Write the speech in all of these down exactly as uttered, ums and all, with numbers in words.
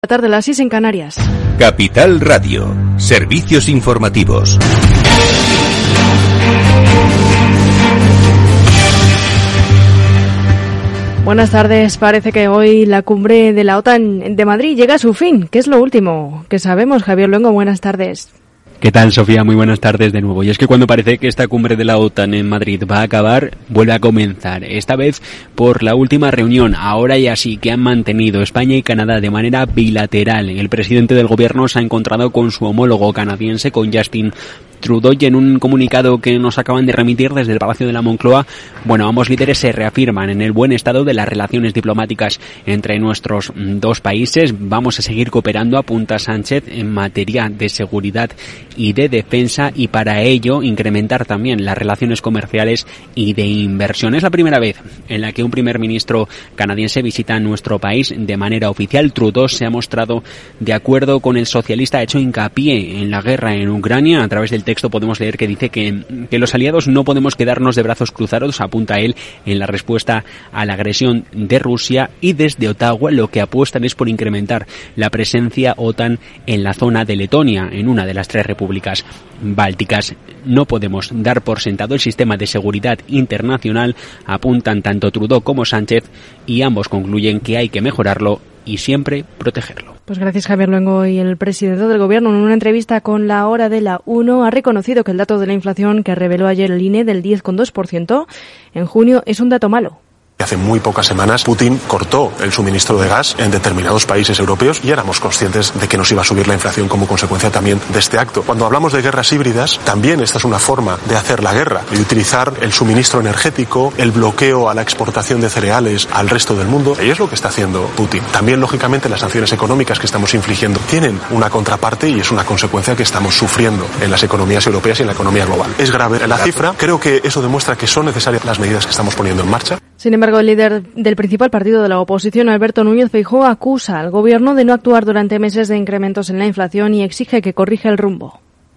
La tarde, las seis en Canarias. Capital Radio, servicios informativos. Buenas tardes. Parece que hoy la cumbre de la OTAN de Madrid llega a su fin. ¿Qué es lo último que sabemos? Javier Luengo, buenas tardes. ¿Qué tal, Sofía? Muy buenas tardes de nuevo. Y es que cuando parece que esta cumbre de la OTAN en Madrid va a acabar, vuelve a comenzar. Esta vez por la última reunión, ahora ya sí, que han mantenido España y Canadá de manera bilateral. El presidente del gobierno se ha encontrado con su homólogo canadiense, con Justin Trudeau, y en un comunicado que nos acaban de remitir desde el Palacio de la Moncloa, bueno, ambos líderes se reafirman en el buen estado de las relaciones diplomáticas entre nuestros dos países. Vamos a seguir cooperando, apunta Sánchez, en materia de seguridad y de defensa, y para ello incrementar también las relaciones comerciales y de inversión. Es la primera vez en la que un primer ministro canadiense visita nuestro país de manera oficial. Trudeau se ha mostrado de acuerdo con el socialista, ha hecho hincapié en la guerra en Ucrania. A través del texto podemos leer que dice que, que los aliados no podemos quedarnos de brazos cruzados, apunta él, en la respuesta a la agresión de Rusia, y desde Ottawa lo que apuestan es por incrementar la presencia OTAN en la zona de Letonia, en una de las tres repúblicas bálticas. No podemos dar por sentado el sistema de seguridad internacional, apuntan tanto Trudeau como Sánchez, y ambos concluyen que hay que mejorarlo y siempre protegerlo. Pues gracias, Javier Luengo. Y el presidente del gobierno, en una entrevista con La Hora de la uno, ha reconocido que el dato de la inflación que reveló ayer el I N E del diez coma dos por ciento en junio es un dato malo. Hace muy pocas semanas Putin cortó el suministro de gas en determinados países europeos y éramos conscientes de que nos iba a subir la inflación como consecuencia también de este acto. Cuando hablamos de guerras híbridas, también esta es una forma de hacer la guerra y utilizar el suministro energético, el bloqueo a la exportación de cereales al resto del mundo. Y es lo que está haciendo Putin. También, lógicamente, las sanciones económicas que estamos infligiendo tienen una contraparte y es una consecuencia que estamos sufriendo en las economías europeas y en la economía global. Es grave la cifra. Creo que eso demuestra que son necesarias las medidas que estamos poniendo en marcha. Sin embargo, el líder del principal partido de la oposición, Alberto Núñez Feijóo, acusa al gobierno de no actuar durante meses de incrementos en la inflación y exige que corrija el rumbo.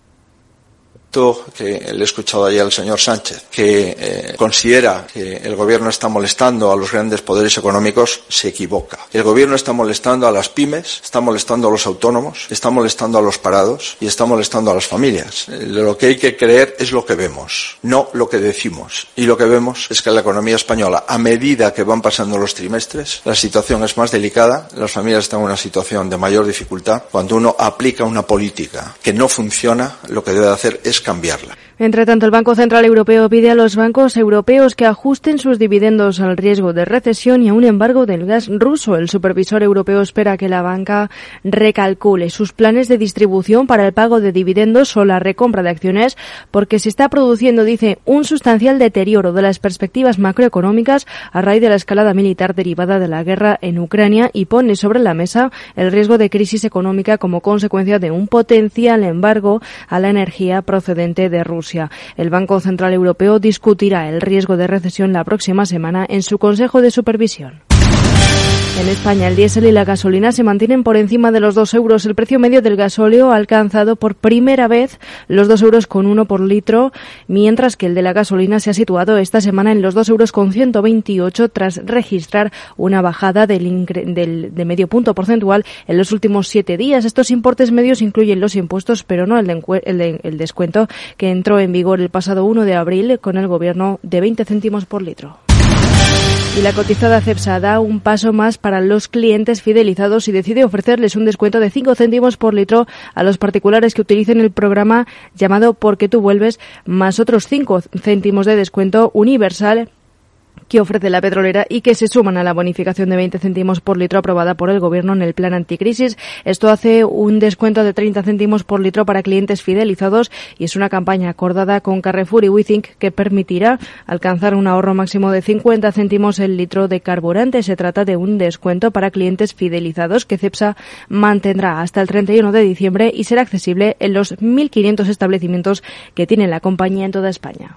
Que le he escuchado ayer al señor Sánchez, que eh, considera que el gobierno está molestando a los grandes poderes económicos, se equivoca. El gobierno está molestando a las pymes, está molestando a los autónomos, está molestando a los parados y está molestando a las familias. Eh, lo que hay que creer es lo que vemos, no lo que decimos. Y lo que vemos es que la economía española, a medida que van pasando los trimestres, la situación es más delicada, las familias están en una situación de mayor dificultad. Cuando uno aplica una política que no funciona, lo que debe hacer es cambiarla. Entre tanto, el Banco Central Europeo pide a los bancos europeos que ajusten sus dividendos al riesgo de recesión y a un embargo del gas ruso. El supervisor europeo espera que la banca recalcule sus planes de distribución para el pago de dividendos o la recompra de acciones, porque se está produciendo, dice, un sustancial deterioro de las perspectivas macroeconómicas a raíz de la escalada militar derivada de la guerra en Ucrania, y pone sobre la mesa el riesgo de crisis económica como consecuencia de un potencial embargo a la energía procedente de Rusia. El Banco Central Europeo discutirá el riesgo de recesión la próxima semana en su Consejo de Supervisión. En España, el diésel y la gasolina se mantienen por encima de los dos euros. El precio medio del gasóleo ha alcanzado por primera vez los dos euros con uno por litro, mientras que el de la gasolina se ha situado esta semana en los dos euros con ciento veintiocho, tras registrar una bajada del, incre- del de medio punto porcentual en los últimos siete días. Estos importes medios incluyen los impuestos, pero no el, de, el, de, el descuento que entró en vigor el pasado uno de abril con el gobierno de veinte céntimos por litro. Y la cotizada Cepsa da un paso más para los clientes fidelizados y decide ofrecerles un descuento de cinco céntimos por litro a los particulares que utilicen el programa llamado Porque tú vuelves, más otros cinco céntimos de descuento universal que ofrece la petrolera y que se suman a la bonificación de veinte céntimos por litro aprobada por el Gobierno en el plan anticrisis. Esto hace un descuento de treinta céntimos por litro para clientes fidelizados y es una campaña acordada con Carrefour y WeThink que permitirá alcanzar un ahorro máximo de cincuenta céntimos el litro de carburante. Se trata de un descuento para clientes fidelizados que Cepsa mantendrá hasta el treinta y uno de diciembre y será accesible en los mil quinientos establecimientos que tiene la compañía en toda España.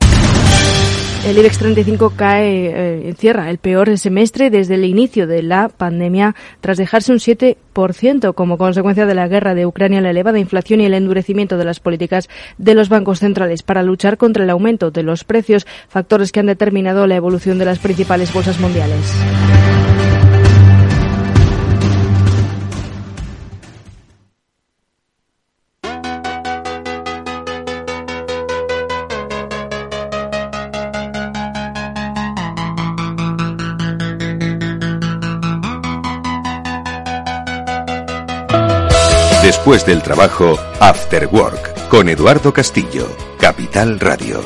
El IBEX treinta y cinco cae, eh, cierra el peor semestre desde el inicio de la pandemia, tras dejarse un siete por ciento como consecuencia de la guerra de Ucrania, la elevada inflación y el endurecimiento de las políticas de los bancos centrales para luchar contra el aumento de los precios, factores que han determinado la evolución de las principales bolsas mundiales. Después del trabajo, After Work, con Eduardo Castillo, Capital Radio.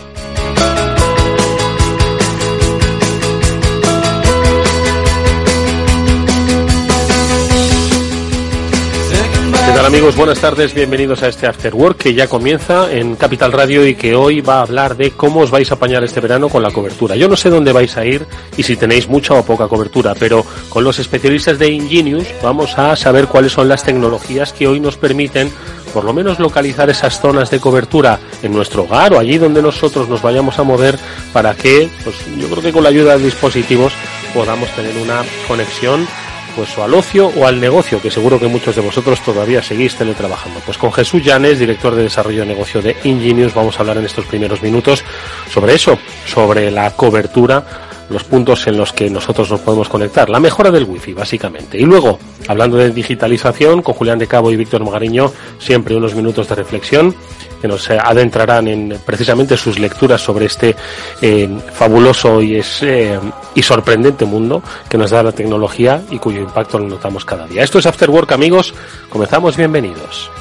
¿Qué tal, amigos? Buenas tardes, bienvenidos a este After Work que ya comienza en Capital Radio y que hoy va a hablar de cómo os vais a apañar este verano con la cobertura. Yo no sé dónde vais a ir y si tenéis mucha o poca cobertura, pero con los especialistas de Ingenius vamos a saber cuáles son las tecnologías que hoy nos permiten por lo menos localizar esas zonas de cobertura en nuestro hogar o allí donde nosotros nos vayamos a mover para que, pues yo creo que con la ayuda de dispositivos podamos tener una conexión pues o al ocio o al negocio, que seguro que muchos de vosotros todavía seguís teletrabajando. Pues con Jesús Llanes, director de desarrollo de negocio de Ingenius, vamos a hablar en estos primeros minutos sobre eso, sobre la cobertura, los puntos en los que nosotros nos podemos conectar, la mejora del wifi básicamente. Y luego, hablando de digitalización, con Julián de Cabo y Víctor Magariño, siempre unos minutos de reflexión que nos adentrarán en precisamente sus lecturas sobre este eh, fabuloso y, es, eh, y sorprendente mundo que nos da la tecnología y cuyo impacto lo notamos cada día. Esto es After Work, amigos. Comenzamos, bienvenidos.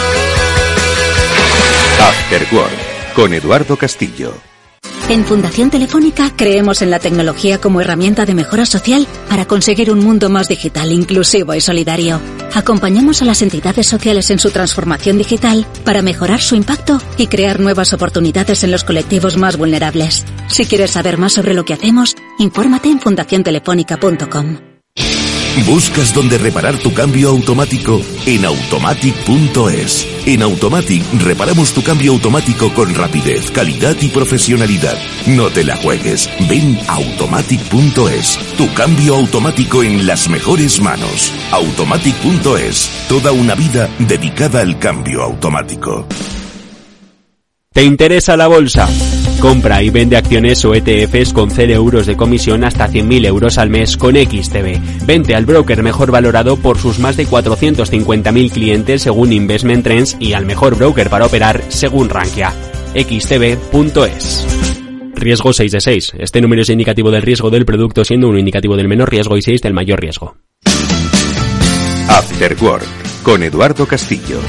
After Work, con Eduardo Castillo. En Fundación Telefónica creemos en la tecnología como herramienta de mejora social para conseguir un mundo más digital, inclusivo y solidario. Acompañamos a las entidades sociales en su transformación digital para mejorar su impacto y crear nuevas oportunidades en los colectivos más vulnerables. Si quieres saber más sobre lo que hacemos, infórmate en fundación telefónica punto com. ¿Buscas dónde reparar tu cambio automático? En automatic punto es. En Automatic reparamos tu cambio automático con rapidez, calidad y profesionalidad. No te la juegues. Ven a automatic punto es. Tu cambio automático en las mejores manos. automatic punto es. Toda una vida dedicada al cambio automático. ¿Te interesa la bolsa? Compra y vende acciones o E T Fs con cero euros de comisión hasta cien mil euros al mes con X T B. Vente al broker mejor valorado por sus más de cuatrocientos cincuenta mil clientes según Investment Trends y al mejor broker para operar según Rankia. X T B punto es. Riesgo seis de seis. Este número es indicativo del riesgo del producto, siendo uno indicativo del menor riesgo y seis del mayor riesgo. After Work, con Eduardo Castillo.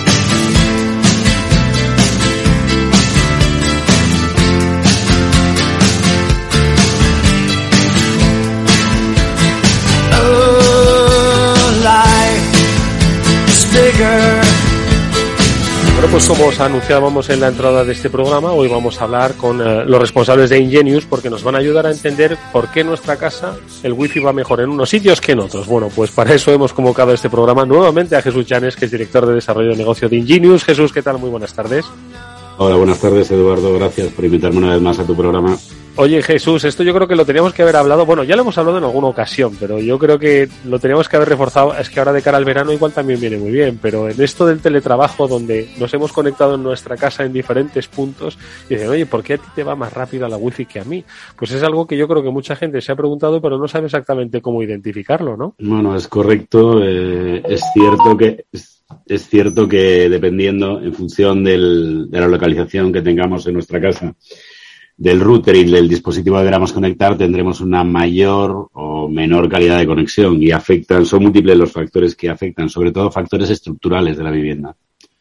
Bueno, pues como os anunciábamos en la entrada de este programa, hoy vamos a hablar con eh, los responsables de Ingenius porque nos van a ayudar a entender por qué en nuestra casa el wifi va mejor en unos sitios que en otros. Bueno, pues para eso hemos convocado este programa nuevamente a Jesús Llanes, que es director de desarrollo de negocio de Ingenius. Jesús, ¿qué tal? Muy buenas tardes. Hola, buenas tardes, Eduardo. Gracias por invitarme una vez más a tu programa. Oye, Jesús, esto yo creo que lo teníamos que haber hablado, bueno, ya lo hemos hablado en alguna ocasión, pero yo creo que lo teníamos que haber reforzado. Es que ahora de cara al verano igual también viene muy bien, pero en esto del teletrabajo, donde nos hemos conectado en nuestra casa en diferentes puntos, y dicen, oye, ¿por qué a ti te va más rápido la wifi que a mí? Pues es algo que yo creo que mucha gente se ha preguntado, pero no sabe exactamente cómo identificarlo, ¿no? Bueno, es correcto, eh, es cierto que... Es... Es cierto que dependiendo, en función del, de la localización que tengamos en nuestra casa, del router y del dispositivo que queramos conectar, tendremos una mayor o menor calidad de conexión y afectan, son múltiples los factores que afectan, sobre todo factores estructurales de la vivienda.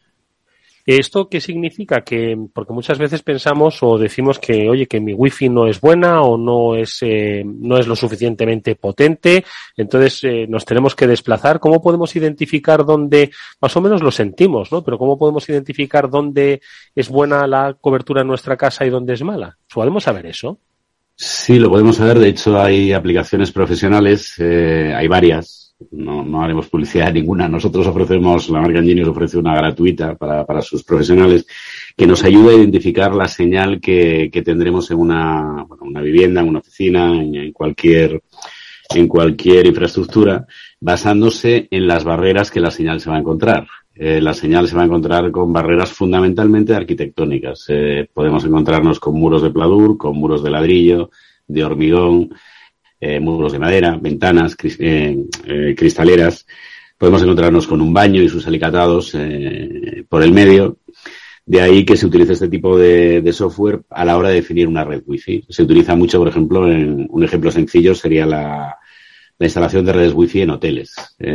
¿Esto qué significa? Que porque muchas veces pensamos o decimos que, oye, que mi wifi no es buena o no es eh, no es lo suficientemente potente, entonces eh, nos tenemos que desplazar. ¿Cómo podemos identificar dónde, más o menos lo sentimos, ¿no? Pero ¿cómo podemos identificar dónde es buena la cobertura en nuestra casa y dónde es mala? ¿Podemos saber eso? Sí, lo podemos saber. De hecho, hay aplicaciones profesionales, eh, hay varias. No, no haremos publicidad de ninguna. Nosotros ofrecemos, la marca Ingenius ofrece una gratuita para, para sus profesionales que nos ayuda a identificar la señal que, que tendremos en una, bueno, una vivienda, en una oficina, en, en cualquier, en cualquier infraestructura, basándose en las barreras que la señal se va a encontrar. Eh, la señal se va a encontrar con barreras fundamentalmente arquitectónicas. Eh, podemos encontrarnos con muros de pladur, con muros de ladrillo, de hormigón, Eh, muros de madera, ventanas, cris- eh, eh, cristaleras. Podemos encontrarnos con un baño y sus alicatados eh, por el medio. De ahí que se utilice este tipo de, de software a la hora de definir una red wifi. Se utiliza mucho, por ejemplo, en un ejemplo sencillo sería la, la instalación de redes wifi en hoteles.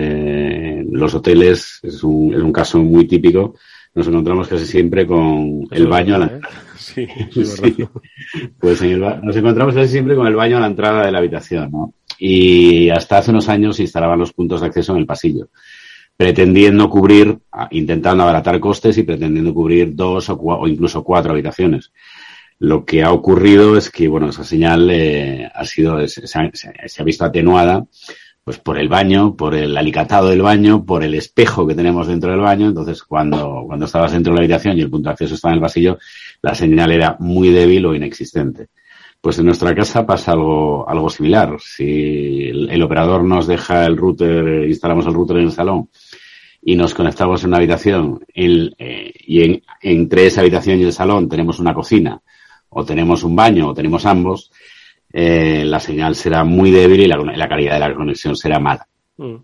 Eh, los hoteles es un, es un caso muy típico. Nos encontramos casi siempre con Eso el baño verdad, a la entrada. ¿eh? Sí, es verdad. Sí. Pues en el ba- nos encontramos casi siempre con el baño a la entrada de la habitación, ¿no? Y hasta hace unos años se instalaban los puntos de acceso en el pasillo, pretendiendo cubrir, intentando abaratar costes y pretendiendo cubrir dos o, cua- o incluso cuatro habitaciones. Lo que ha ocurrido es que, bueno, esa señal eh, ha sido, se, se, se ha visto atenuada, pues por el baño, por el alicatado del baño, por el espejo que tenemos dentro del baño. Entonces, cuando, cuando estabas dentro de la habitación y el punto de acceso estaba en el pasillo, la señal era muy débil o inexistente. Pues en nuestra casa pasa algo, algo similar. Si el, el operador nos deja el router, instalamos el router en el salón y nos conectamos en una habitación el, eh, y en, entre esa habitación y el salón tenemos una cocina o tenemos un baño o tenemos ambos, eh, la señal será muy débil y la, la calidad de la conexión será mala. Mm.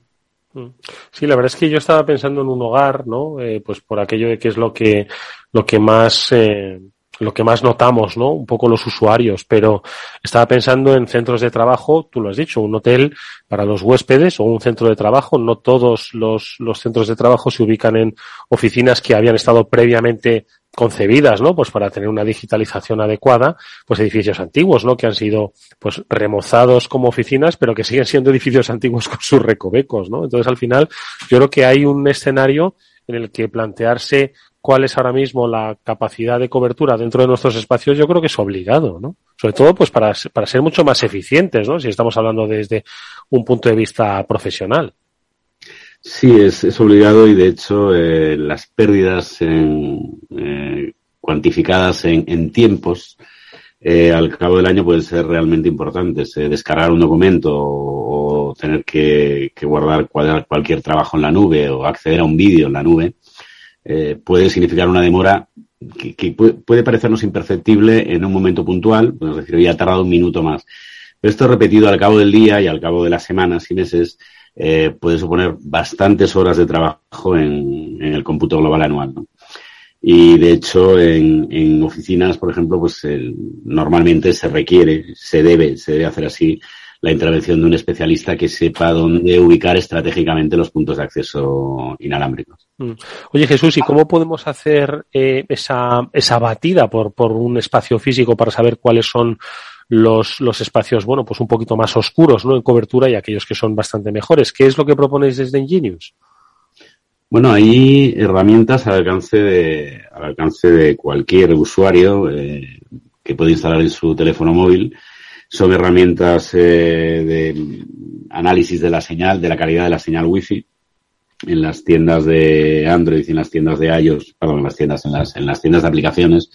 Sí, la verdad es que yo estaba pensando en un hogar, ¿no? Eh, pues por aquello de que es lo que, lo que más, eh, lo que más notamos, ¿no? Un poco los usuarios, pero estaba pensando en centros de trabajo, tú lo has dicho, un hotel para los huéspedes o un centro de trabajo. No todos los, los centros de trabajo se ubican en oficinas que habían estado previamente concebidas, ¿no? Pues para tener una digitalización adecuada, pues edificios antiguos, ¿no? Que han sido, pues, remozados como oficinas, pero que siguen siendo edificios antiguos con sus recovecos, ¿no? Entonces, al final, yo creo que hay un escenario en el que plantearse cuál es ahora mismo la capacidad de cobertura dentro de nuestros espacios, yo creo que es obligado, ¿no? Sobre todo, pues, para, para ser mucho más eficientes, ¿no? Si estamos hablando desde un punto de vista profesional. Sí, es, es obligado y de hecho eh, las pérdidas en, eh, cuantificadas en, en tiempos eh, al cabo del año pueden ser realmente importantes. Eh, descargar un documento o, o tener que, que guardar cual, cualquier trabajo en la nube o acceder a un vídeo en la nube eh, puede significar una demora que, que puede, puede parecernos imperceptible en un momento puntual, pues, es decir, hoy ha tardado un minuto más. Pero esto repetido al cabo del día y al cabo de las semanas y meses Eh, puede suponer bastantes horas de trabajo en, en el cómputo global anual, ¿no? Y de hecho en, en oficinas, por ejemplo, pues eh, normalmente se requiere, se debe, se debe hacer así la intervención de un especialista que sepa dónde ubicar estratégicamente los puntos de acceso inalámbricos. Oye, Jesús, ¿y cómo podemos hacer eh, esa, esa batida por, por un espacio físico para saber cuáles son los, los espacios, bueno, pues un poquito más oscuros, ¿no? En cobertura y aquellos que son bastante mejores? ¿Qué es lo que proponéis desde Ingenius? Bueno, hay herramientas al alcance de, al alcance de cualquier usuario eh, que puede instalar en su teléfono móvil. Son herramientas eh, de análisis de la señal, de la calidad de la señal Wi-Fi. En las tiendas de Android y en las tiendas de iOS, perdón, en las tiendas, en las, en las tiendas de aplicaciones,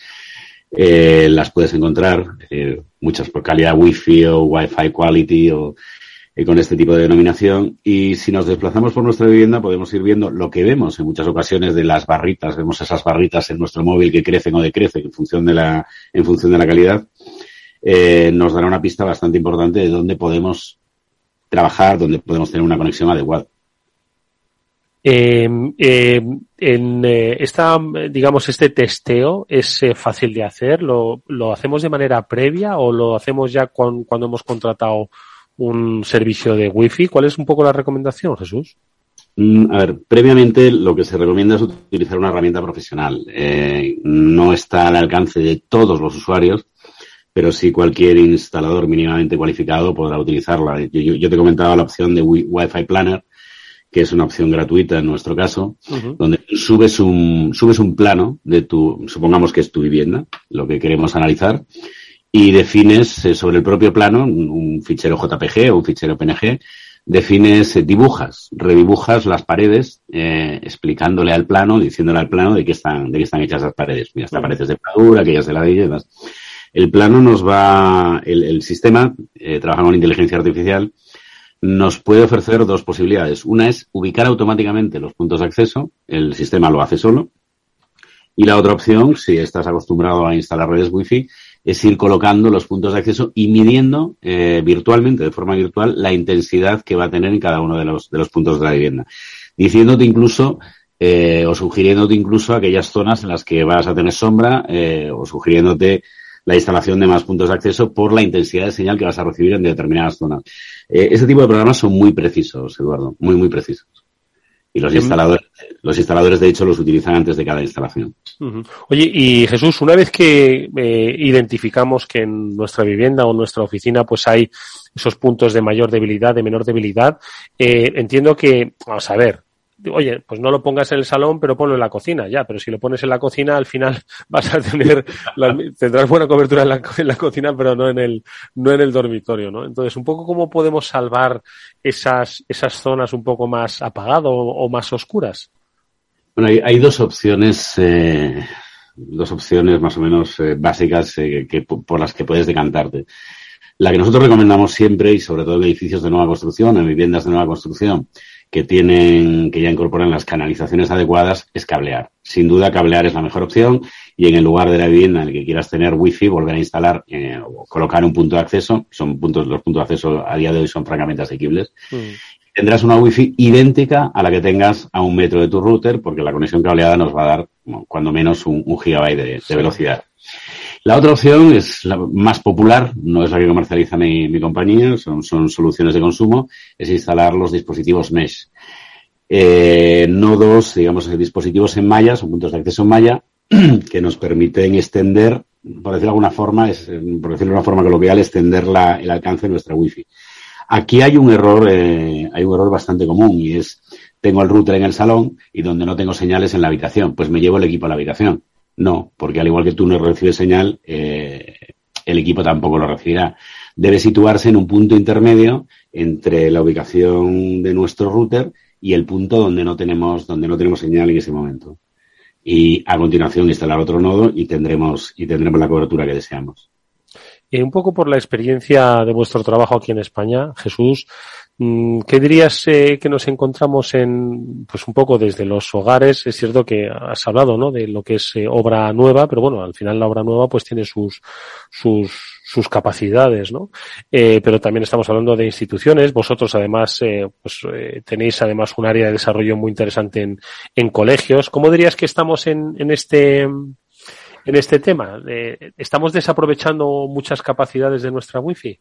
eh, las puedes encontrar, eh, muchas por calidad Wi-Fi o Wi-Fi Quality o eh, con este tipo de denominación. Y si nos desplazamos por nuestra vivienda podemos ir viendo lo que vemos en muchas ocasiones de las barritas. Vemos esas barritas en nuestro móvil que crecen o decrecen en función de la, en función de la calidad. Eh, nos dará una pista bastante importante de dónde podemos trabajar, dónde podemos tener una conexión adecuada. Eh, eh, en eh, esta, digamos, este testeo es eh, fácil de hacer. ¿Lo, lo hacemos de manera previa o lo hacemos ya con, cuando hemos contratado un servicio de Wi-Fi? ¿Cuál es un poco la recomendación, Jesús? Mm, a ver, previamente lo que se recomienda es utilizar una herramienta profesional. Eh, no está al alcance de todos los usuarios, pero sí cualquier instalador mínimamente cualificado podrá utilizarla. Yo, yo, yo te comentaba la opción de Wi- Wi-Fi Planner, que es una opción gratuita en nuestro caso, uh-huh. donde subes un, subes un plano de tu, supongamos que es tu vivienda, lo que queremos analizar, y defines eh, sobre el propio plano, un, un fichero J P G o un fichero P N G, defines, eh, dibujas, redibujas las paredes, eh, explicándole al plano, diciéndole al plano de qué están, de qué están hechas las paredes. Mira, esta uh-huh. pared es de pladura, aquellas de ladrillo y demás. El plano nos va, el, el sistema, eh, trabaja con inteligencia artificial, nos puede ofrecer dos posibilidades. Una es ubicar automáticamente los puntos de acceso, el sistema lo hace solo. Y la otra opción, si estás acostumbrado a instalar redes Wi-Fi, es ir colocando los puntos de acceso y midiendo eh, virtualmente, de forma virtual, la intensidad que va a tener en cada uno de los, de los puntos de la vivienda. Diciéndote incluso, eh, o sugiriéndote incluso aquellas zonas en las que vas a tener sombra, eh, o sugiriéndote la instalación de más puntos de acceso por la intensidad de señal que vas a recibir en determinadas zonas. Eh, ese tipo de programas son muy precisos, Eduardo, muy, muy precisos. Y los instaladores, los instaladores, de hecho, los utilizan antes de cada instalación. Uh-huh. Oye, y Jesús, una vez que eh, identificamos que en nuestra vivienda o en nuestra oficina pues hay esos puntos de mayor debilidad, de menor debilidad, eh, entiendo que, vamos a ver, oye, pues no lo pongas en el salón, pero ponlo en la cocina, ya, pero si lo pones en la cocina, al final vas a tener, la, tendrás buena cobertura en la, en la cocina, pero no en el, no en el dormitorio, ¿no? Entonces, un poco cómo podemos salvar esas, esas zonas un poco más apagado o, o más oscuras. Bueno, hay, hay dos opciones, eh, dos opciones más o menos eh, básicas eh, que, por las que puedes decantarte. La que nosotros recomendamos siempre, y sobre todo en edificios de nueva construcción, en viviendas de nueva construcción, que tienen, que ya incorporan las canalizaciones adecuadas, es cablear. Sin duda, cablear es la mejor opción, y en el lugar de la vivienda en el que quieras tener wifi, volver a instalar eh, o colocar un punto de acceso. Son puntos, los puntos de acceso a día de hoy son francamente asequibles. Mm. Tendrás una wifi idéntica a la que tengas a un metro de tu router, porque la conexión cableada nos va a dar, bueno, cuando menos un, un gigabyte de, de velocidad. La otra opción es la más popular, no es la que comercializa mi, mi compañía, son, son soluciones de consumo, es instalar los dispositivos mesh. Eh, nodos, digamos, dispositivos en malla, son puntos de acceso en malla, que nos permiten extender, por decirlo de alguna forma, es, por decirlo de una forma coloquial, extender la, el alcance de nuestra wifi. Aquí hay un error, eh, hay un error bastante común, y es, tengo el router en el salón y donde no tengo señales en la habitación, pues me llevo el equipo a la habitación. No, porque al igual que tú no recibes señal, eh, el equipo tampoco lo recibirá. Debe situarse en un punto intermedio entre la ubicación de nuestro router y el punto donde no tenemos, donde no tenemos señal en ese momento. Y a continuación instalar otro nodo y tendremos, y tendremos la cobertura que deseamos. Eh, un poco por la experiencia de vuestro trabajo aquí en España, Jesús, ¿qué dirías eh, que nos encontramos en, pues un poco desde los hogares? Es cierto que has hablado, ¿no?, de lo que es eh, obra nueva, pero bueno, al final la obra nueva pues tiene sus, sus, sus capacidades, ¿no? Eh, pero también estamos hablando de instituciones. Vosotros además, eh, pues eh, tenéis además un área de desarrollo muy interesante en, en colegios. ¿Cómo dirías que estamos en, en este, en este tema? Eh, ¿Estamos desaprovechando muchas capacidades de nuestra wifi?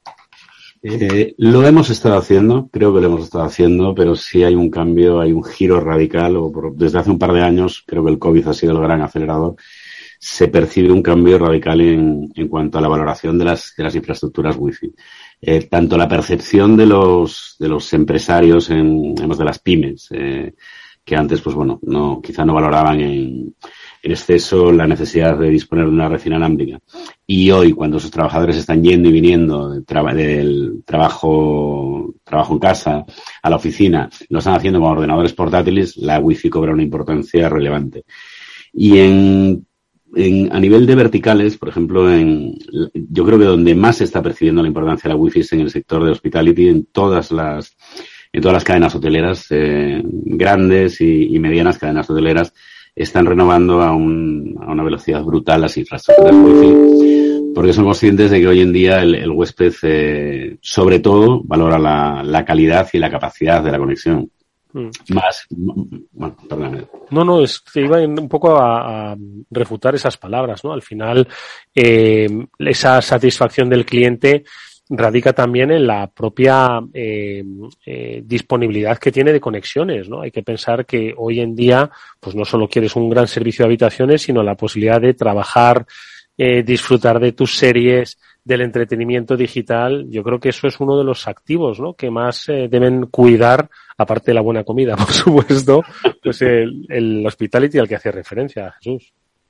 Eh, lo hemos estado haciendo, creo que lo hemos estado haciendo, pero sí hay un cambio, hay un giro radical, o por, desde hace un par de años, creo que el COVID ha sido el gran acelerador, se percibe un cambio radical en, en cuanto a la valoración de las, de las infraestructuras wifi. Eh, tanto la percepción de los, de los empresarios, en, además de las pymes, eh, que antes, pues bueno, no, quizá no valoraban en, en exceso la necesidad de disponer de una red inalámbrica. Y hoy, cuando sus trabajadores están yendo y viniendo del, traba, del trabajo, trabajo en casa a la oficina, lo están haciendo con ordenadores portátiles, la wifi cobra una importancia relevante. Y en, en, a nivel de verticales, por ejemplo, en, yo creo que donde más se está percibiendo la importancia de la wifi es en el sector de hospitality, en todas las, en todas las cadenas hoteleras, eh, grandes y, y medianas cadenas hoteleras, están renovando a, un, a una velocidad brutal las infraestructuras wifi, porque son conscientes de que hoy en día el, el huésped, eh, sobre todo, valora la, la calidad y la capacidad de la conexión. Mm. Más, bueno, perdóname. No, no, es que iba un poco a, a refutar esas palabras, ¿no? Al final, eh, esa satisfacción del cliente radica también en la propia eh, eh, disponibilidad que tiene de conexiones, ¿no? Hay que pensar que hoy en día, pues no solo quieres un gran servicio de habitaciones, sino la posibilidad de trabajar, eh, disfrutar de tus series, del entretenimiento digital. Yo creo que eso es uno de los activos, ¿no?, que más eh, deben cuidar, aparte de la buena comida, por supuesto, pues el, el hospitality al que hace referencia, Jesús.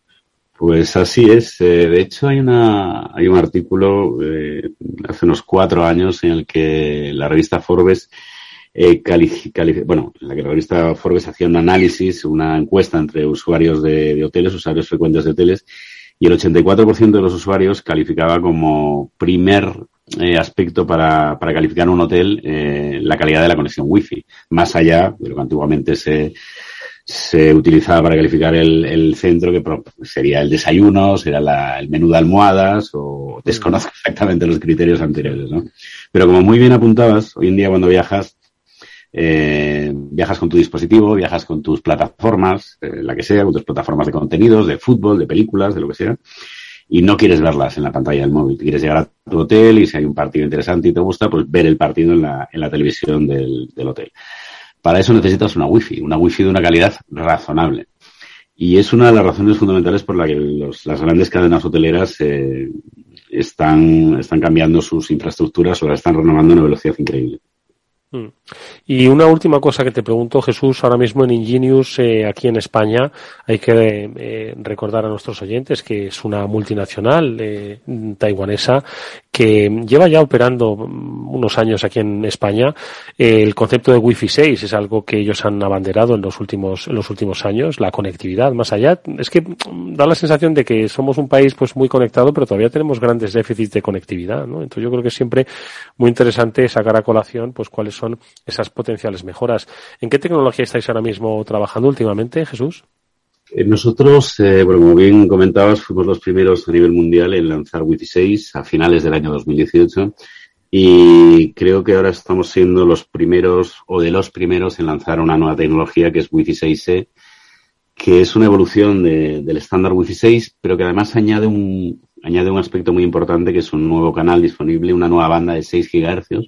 Pues así es. Eh, de hecho, hay una hay un artículo eh, hace unos cuatro años en el que la revista Forbes, eh, cali, cali, bueno, en la que la revista Forbes hacía un análisis, una encuesta entre usuarios de, de hoteles, usuarios frecuentes de hoteles, y el ochenta y cuatro por ciento de los usuarios calificaba como primer eh, aspecto para, para calificar un hotel eh, la calidad de la conexión wifi, más allá de lo que antiguamente se se utilizaba para calificar el, el centro, que sería el desayuno, será la, el menú de almohadas, o desconozco exactamente los criterios anteriores, ¿no? Pero como muy bien apuntabas, hoy en día cuando viajas, eh, viajas con tu dispositivo, viajas con tus plataformas, eh, la que sea, con tus plataformas de contenidos, de fútbol, de películas, de lo que sea, y no quieres verlas en la pantalla del móvil. Quieres llegar a tu hotel y si hay un partido interesante y te gusta, pues ver el partido en la, en la televisión del, del hotel. Para eso necesitas una wifi, una wifi de una calidad razonable. Y es una de las razones fundamentales por la que los, las grandes cadenas hoteleras eh, están, están cambiando sus infraestructuras o las están renovando a una velocidad increíble. Y una última cosa que te pregunto, Jesús, ahora mismo en Ingenius, eh, aquí en España, hay que eh, recordar a nuestros oyentes que es una multinacional eh, taiwanesa que lleva ya operando unos años aquí en España. Eh, el concepto de Wi-Fi seis es algo que ellos han abanderado en los últimos en los últimos años, la conectividad más allá. Es que da la sensación de que somos un país pues muy conectado, pero todavía tenemos grandes déficits de conectividad, ¿no? Entonces yo creo que es siempre muy interesante sacar a colación pues cuáles son esas potenciales mejoras. ¿En qué tecnología estáis ahora mismo trabajando últimamente, Jesús? Nosotros, eh, bueno, como bien comentabas, fuimos los primeros a nivel mundial en lanzar Wi-Fi seis a finales del año dos mil dieciocho y creo que ahora estamos siendo los primeros o de los primeros en lanzar una nueva tecnología que es Wi-Fi seis E, que es una evolución de, del estándar Wi-Fi seis, pero que además añade un, añade un aspecto muy importante que es un nuevo canal disponible, una nueva banda de seis gigahercios.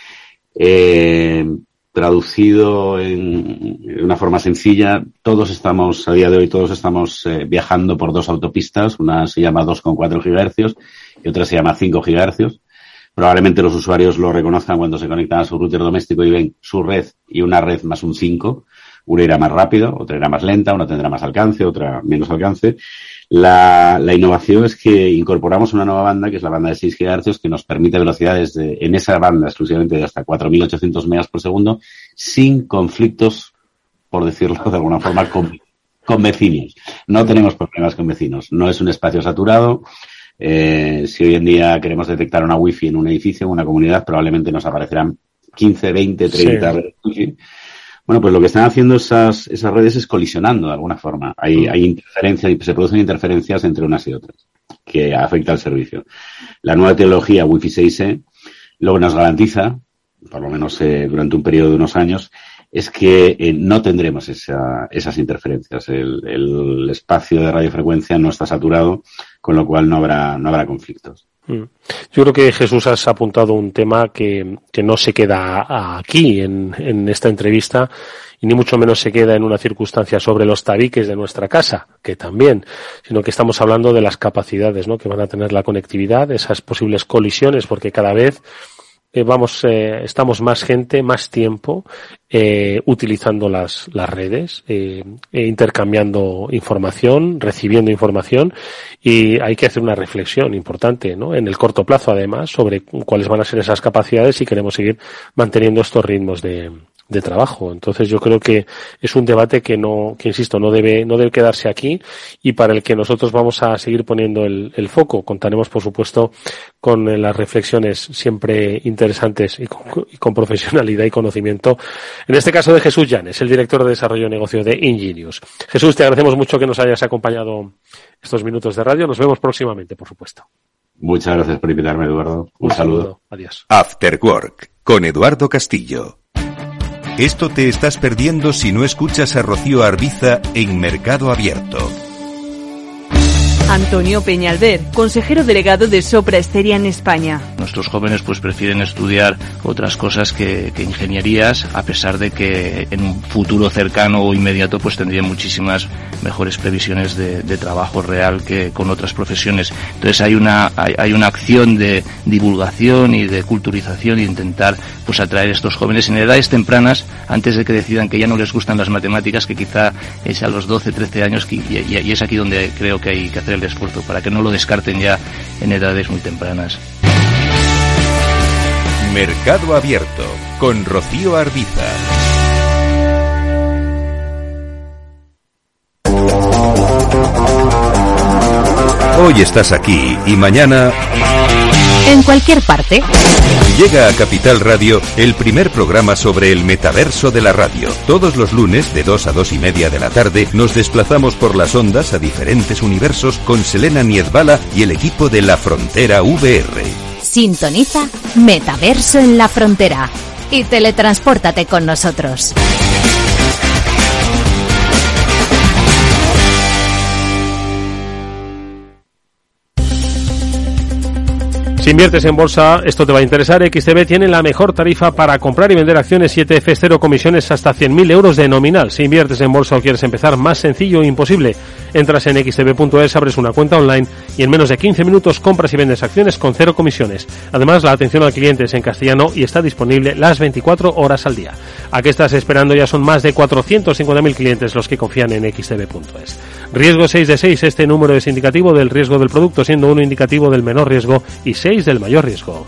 Eh, traducido en, en una forma sencilla, todos estamos, a día de hoy, todos estamos eh, viajando por dos autopistas, una se llama dos coma cuatro gigahercios y otra se llama cinco gigahercios. Probablemente los usuarios lo reconozcan cuando se conectan a su router doméstico y ven su red y una red más un cinco. Una irá más rápido, otra irá más lenta, una tendrá más alcance, otra menos alcance. La, la innovación es que incorporamos una nueva banda, que es la banda de seis gigahercios, que nos permite velocidades de, en esa banda exclusivamente de hasta cuatro mil ochocientos megas por segundo, sin conflictos, por decirlo de alguna forma, con, con vecinos. No tenemos problemas con vecinos. No es un espacio saturado. Eh, si hoy en día queremos detectar una wifi en un edificio, en una comunidad, probablemente nos aparecerán quince, veinte, treinta sí. redes wifi. Bueno, pues lo que están haciendo esas, esas redes es colisionando de alguna forma. Hay, hay interferencias y se producen interferencias entre unas y otras que afecta al servicio. La nueva tecnología Wi-Fi seis E lo que nos garantiza, por lo menos eh, durante un periodo de unos años, es que eh, no tendremos esa, esas interferencias. El, el espacio de radiofrecuencia no está saturado, con lo cual no habrá, no habrá conflictos. Yo creo que, Jesús, has apuntado un tema que, que no se queda aquí en, en esta entrevista y ni mucho menos se queda en una circunstancia sobre los tabiques de nuestra casa, que también, sino que estamos hablando de las capacidades, ¿no?, que van a tener la conectividad, esas posibles colisiones, porque cada vez Eh, vamos, eh, estamos más gente, más tiempo, eh, utilizando las, las redes, eh, eh, intercambiando información, recibiendo información, y hay que hacer una reflexión importante, ¿no?, en el corto plazo, además, sobre cuáles van a ser esas capacidades si queremos seguir manteniendo estos ritmos de, de trabajo. Entonces yo creo que es un debate que no, que insisto, no debe, no debe quedarse aquí y para el que nosotros vamos a seguir poniendo el, el foco. Contaremos, por supuesto, con las reflexiones siempre interesantes y con, y con profesionalidad y conocimiento. En este caso de Jesús Llanes, el director de desarrollo de negocio de Ingenius. Jesús, te agradecemos mucho que nos hayas acompañado estos minutos de radio. Nos vemos próximamente, por supuesto. Muchas gracias por invitarme, Eduardo. Un, Un saludo. saludo. Adiós. After Work con Eduardo Castillo. Esto te estás perdiendo si no escuchas a Rocío Arbiza en Mercado Abierto. Antonio Peñalver, consejero delegado de Sopra Steria en España. Nuestros jóvenes pues prefieren estudiar otras cosas que, que ingenierías, a pesar de que en un futuro cercano o inmediato pues tendrían muchísimas mejores previsiones de, de trabajo real que con otras profesiones. Entonces hay una hay, hay una acción de divulgación y de culturización e intentar pues atraer a estos jóvenes en edades tempranas, antes de que decidan que ya no les gustan las matemáticas, que quizá es a los doce, trece años, y, y, y es aquí donde creo que hay que hacer el esfuerzo para que no lo descarten ya en edades muy tempranas. Mercado Abierto con Rocío Arbiza. Hoy estás aquí y mañana en cualquier parte. Llega a Capital Radio el primer programa sobre el metaverso de la radio. Todos los lunes de dos a dos y media de la tarde nos desplazamos por las ondas a diferentes universos con Selena Niezbala y el equipo de La Frontera V R. Sintoniza Metaverso en la Frontera y teletranspórtate con nosotros. Si inviertes en bolsa, esto te va a interesar. X T B tiene la mejor tarifa para comprar y vender acciones y E T Fs, cero comisiones hasta cien mil euros de nominal. Si inviertes en bolsa o quieres empezar, más sencillo e imposible. Entras en equis te be punto es, abres una cuenta online y en menos de quince minutos compras y vendes acciones con cero comisiones. Además, la atención al cliente es en castellano y está disponible las veinticuatro horas al día. ¿A qué estás esperando? Ya son más de cuatrocientos cincuenta mil clientes los que confían en equis te be punto es. Riesgo seis de seis. Este número es indicativo del riesgo del producto, siendo uno indicativo del menor riesgo y seis del mayor riesgo.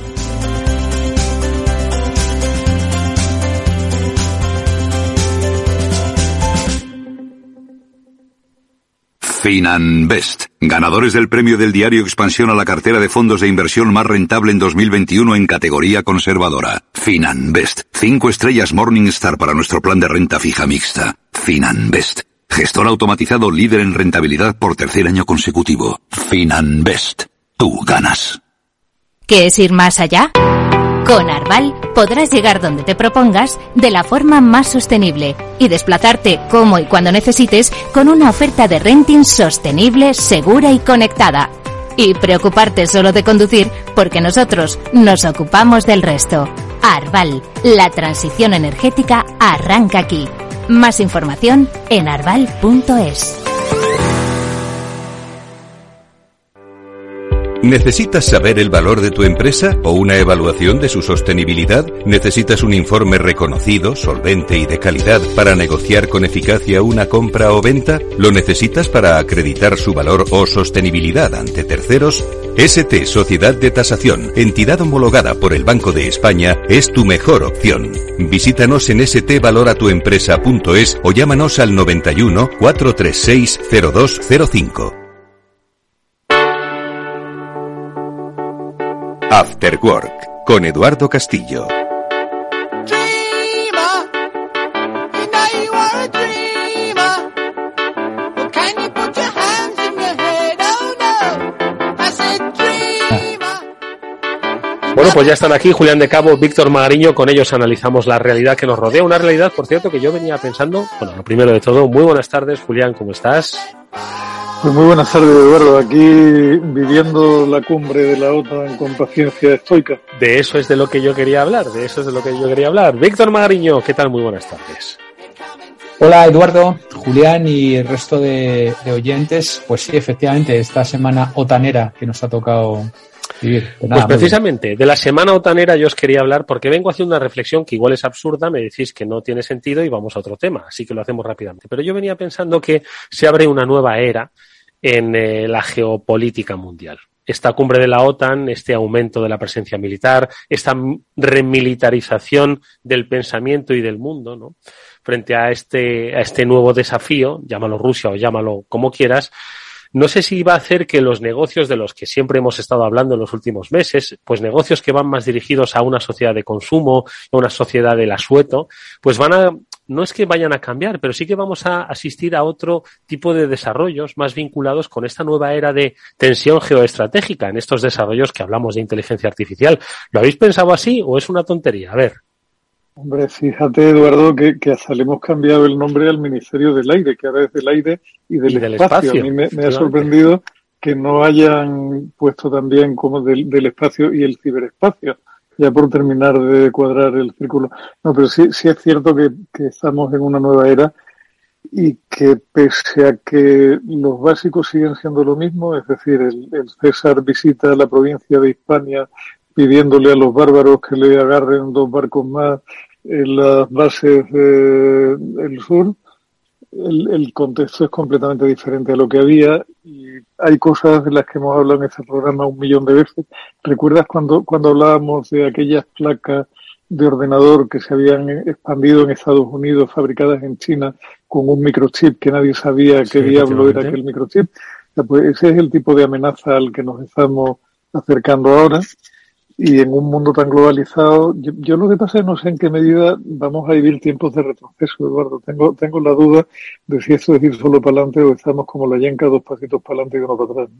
Finanbest, ganadores del premio del diario Expansión a la cartera de fondos de inversión más rentable en dos mil veintiuno en categoría conservadora. Finanbest, cinco estrellas Morningstar para nuestro plan de renta fija mixta. Finanbest, gestor automatizado líder en rentabilidad por tercer año consecutivo. Finanbest, tú ganas. ¿Qué es ir más allá? Con Arval podrás llegar donde te propongas de la forma más sostenible y desplazarte como y cuando necesites con una oferta de renting sostenible, segura y conectada. Y preocuparte solo de conducir porque nosotros nos ocupamos del resto. Arval, la transición energética arranca aquí. Más información en arval punto es. ¿Necesitas saber el valor de tu empresa o una evaluación de su sostenibilidad? ¿Necesitas un informe reconocido, solvente y de calidad para negociar con eficacia una compra o venta? ¿Lo necesitas para acreditar su valor o sostenibilidad ante terceros? S T Sociedad de Tasación, entidad homologada por el Banco de España, es tu mejor opción. Visítanos en ese te valora tu empresa punto es o llámanos al noventa y uno, cuatrocientos treinta y seis, cero dos cero cinco. After Work, con Eduardo Castillo. Bueno, pues ya están aquí Julián de Cabo, Víctor Magariño, con ellos analizamos la realidad que nos rodea, una realidad, por cierto, que yo venía pensando. Bueno, lo primero de todo, muy buenas tardes, Julián, ¿cómo estás? Pues muy buenas tardes, Eduardo. Aquí viviendo la cumbre de la OTAN con paciencia estoica. De eso es de lo que yo quería hablar, de eso es de lo que yo quería hablar. Víctor Magariño, ¿qué tal? Muy buenas tardes. Hola, Eduardo, Julián y el resto de, de oyentes. Pues sí, efectivamente, esta semana otanera que nos ha tocado vivir. Pues, nada, pues precisamente, de la semana otanera yo os quería hablar porque vengo haciendo una reflexión que igual es absurda, me decís que no tiene sentido y vamos a otro tema, así que lo hacemos rápidamente. Pero yo venía pensando que se abre una nueva era en eh, la geopolítica mundial. Esta cumbre de la OTAN, este aumento de la presencia militar, esta remilitarización del pensamiento y del mundo, ¿no? Frente a este, a este nuevo desafío, llámalo Rusia o llámalo como quieras, no sé si va a hacer que los negocios de los que siempre hemos estado hablando en los últimos meses, pues negocios que van más dirigidos a una sociedad de consumo, a una sociedad del asueto, pues van a, no es que vayan a cambiar, pero sí que vamos a asistir a otro tipo de desarrollos más vinculados con esta nueva era de tensión geoestratégica en estos desarrollos que hablamos de inteligencia artificial. ¿Lo habéis pensado así o es una tontería? A ver. Hombre, fíjate, Eduardo, que, que hasta le hemos cambiado el nombre al Ministerio del Aire, que ahora es del aire y del, y del espacio. espacio. A mí me, me ha sorprendido que no hayan puesto también como del, del espacio y el ciberespacio, ya por terminar de cuadrar el círculo. No, pero sí, sí es cierto que, que estamos en una nueva era y que pese a que los básicos siguen siendo lo mismo, es decir, el, el César visita la provincia de Hispania pidiéndole a los bárbaros que le agarren dos barcos más en las bases del sur, el, el contexto es completamente diferente a lo que había y hay cosas de las que hemos hablado en este programa un millón de veces. ¿Recuerdas cuando, cuando hablábamos de aquellas placas de ordenador que se habían expandido en Estados Unidos, fabricadas en China, con un microchip que nadie sabía qué sí, diablo era aquel microchip? O sea, pues ese es el tipo de amenaza al que nos estamos acercando ahora. Y en un mundo tan globalizado, yo, yo lo que pasa es no sé en qué medida vamos a vivir tiempos de retroceso, Eduardo. Tengo tengo la duda de si esto es ir solo para adelante o estamos como la yenca, dos pasitos para adelante y uno para atrás.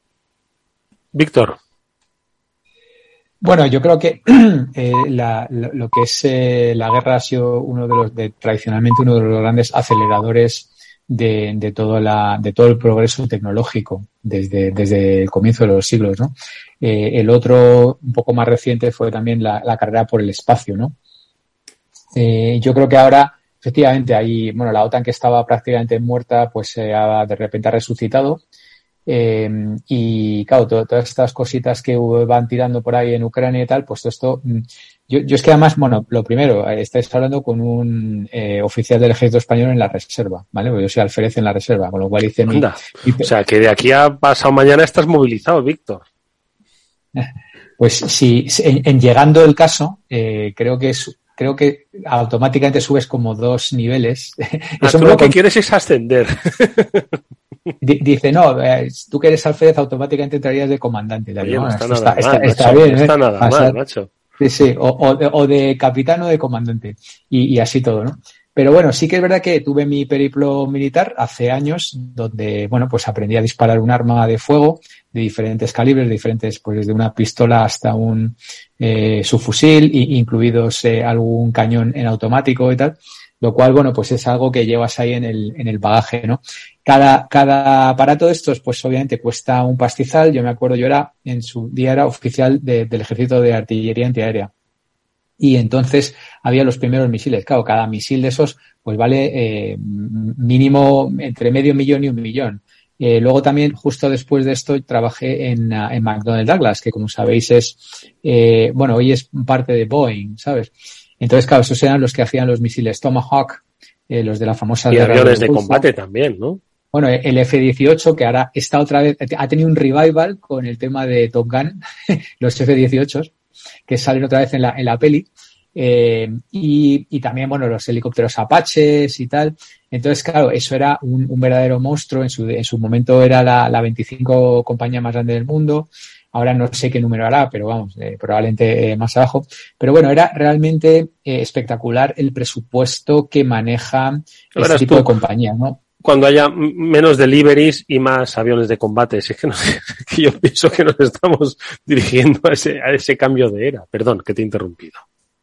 Víctor. Bueno, yo creo que eh, la, lo, lo que es eh, la guerra ha sido uno de los de, tradicionalmente uno de los grandes aceleradores de, de todo la de todo el progreso tecnológico. desde, desde el comienzo de los siglos, ¿no? Eh, el otro, un poco más reciente, fue también la, la carrera por el espacio, ¿no? Eh, yo creo que ahora, efectivamente, ahí, bueno, la OTAN, que estaba prácticamente muerta, pues se ha, de repente ha resucitado. Eh, y claro, to, todas estas cositas que van tirando por ahí en Ucrania y tal, pues todo esto, yo, yo es que además, bueno, lo primero, estáis hablando con un eh, oficial del ejército español en la reserva, ¿vale? Porque yo soy alférez en la reserva, con lo cual hice mi, mi... O sea, que de aquí a pasado mañana estás movilizado, Víctor. Pues sí, en, en llegando el caso, eh, creo que es creo que automáticamente subes como dos niveles. Ah, tú lo que quieres es ascender. Dice, no, eh, tú que eres alférez automáticamente entrarías de comandante. Oye, no está esto nada está, mal, está, está macho, bien, no ¿eh? está nada o sea, mal, macho. Sí, sí, o, o, de, o de capitán o de comandante. Y, y así todo, ¿no? Pero bueno, sí que es verdad que tuve mi periplo militar hace años, donde, bueno, pues aprendí a disparar un arma de fuego de diferentes calibres, de diferentes, pues desde una pistola hasta un eh, subfusil, y, incluidos eh, algún cañón en automático y tal. Lo cual, bueno, pues es algo que llevas ahí en el, en el bagaje, ¿no? Cada, cada aparato de estos, pues obviamente cuesta un pastizal. Yo me acuerdo, yo era, en su día era oficial de, del Ejército de Artillería Antiaérea. Y entonces había los primeros misiles. Claro, cada misil de esos, pues vale, eh, mínimo entre medio millón y un millón. Eh, luego también, justo después de esto, trabajé en, en McDonnell Douglas, que como sabéis es, eh, bueno, hoy es parte de Boeing, ¿sabes? Entonces, claro, esos eran los que hacían los misiles Tomahawk, eh, los de la famosa... Y aviones de combate también, ¿no? Bueno, el F dieciocho, que ahora está otra vez, ha tenido un revival con el tema de Top Gun, los F dieciocho, que salen otra vez en la, en la peli. Eh, y, y también, bueno, los helicópteros Apaches y tal. Entonces, claro, eso era un, un verdadero monstruo. En su, en su momento era la, la veinticinco compañía más grande del mundo. Ahora no sé qué número hará, pero vamos, eh, probablemente eh, más abajo. Pero bueno, era realmente eh, espectacular el presupuesto que maneja este tipo tú, de compañías, ¿no? Cuando haya menos deliveries y más aviones de combate, es que, no sé, que yo pienso que nos estamos dirigiendo a ese, a ese cambio de era. Perdón, que te he interrumpido.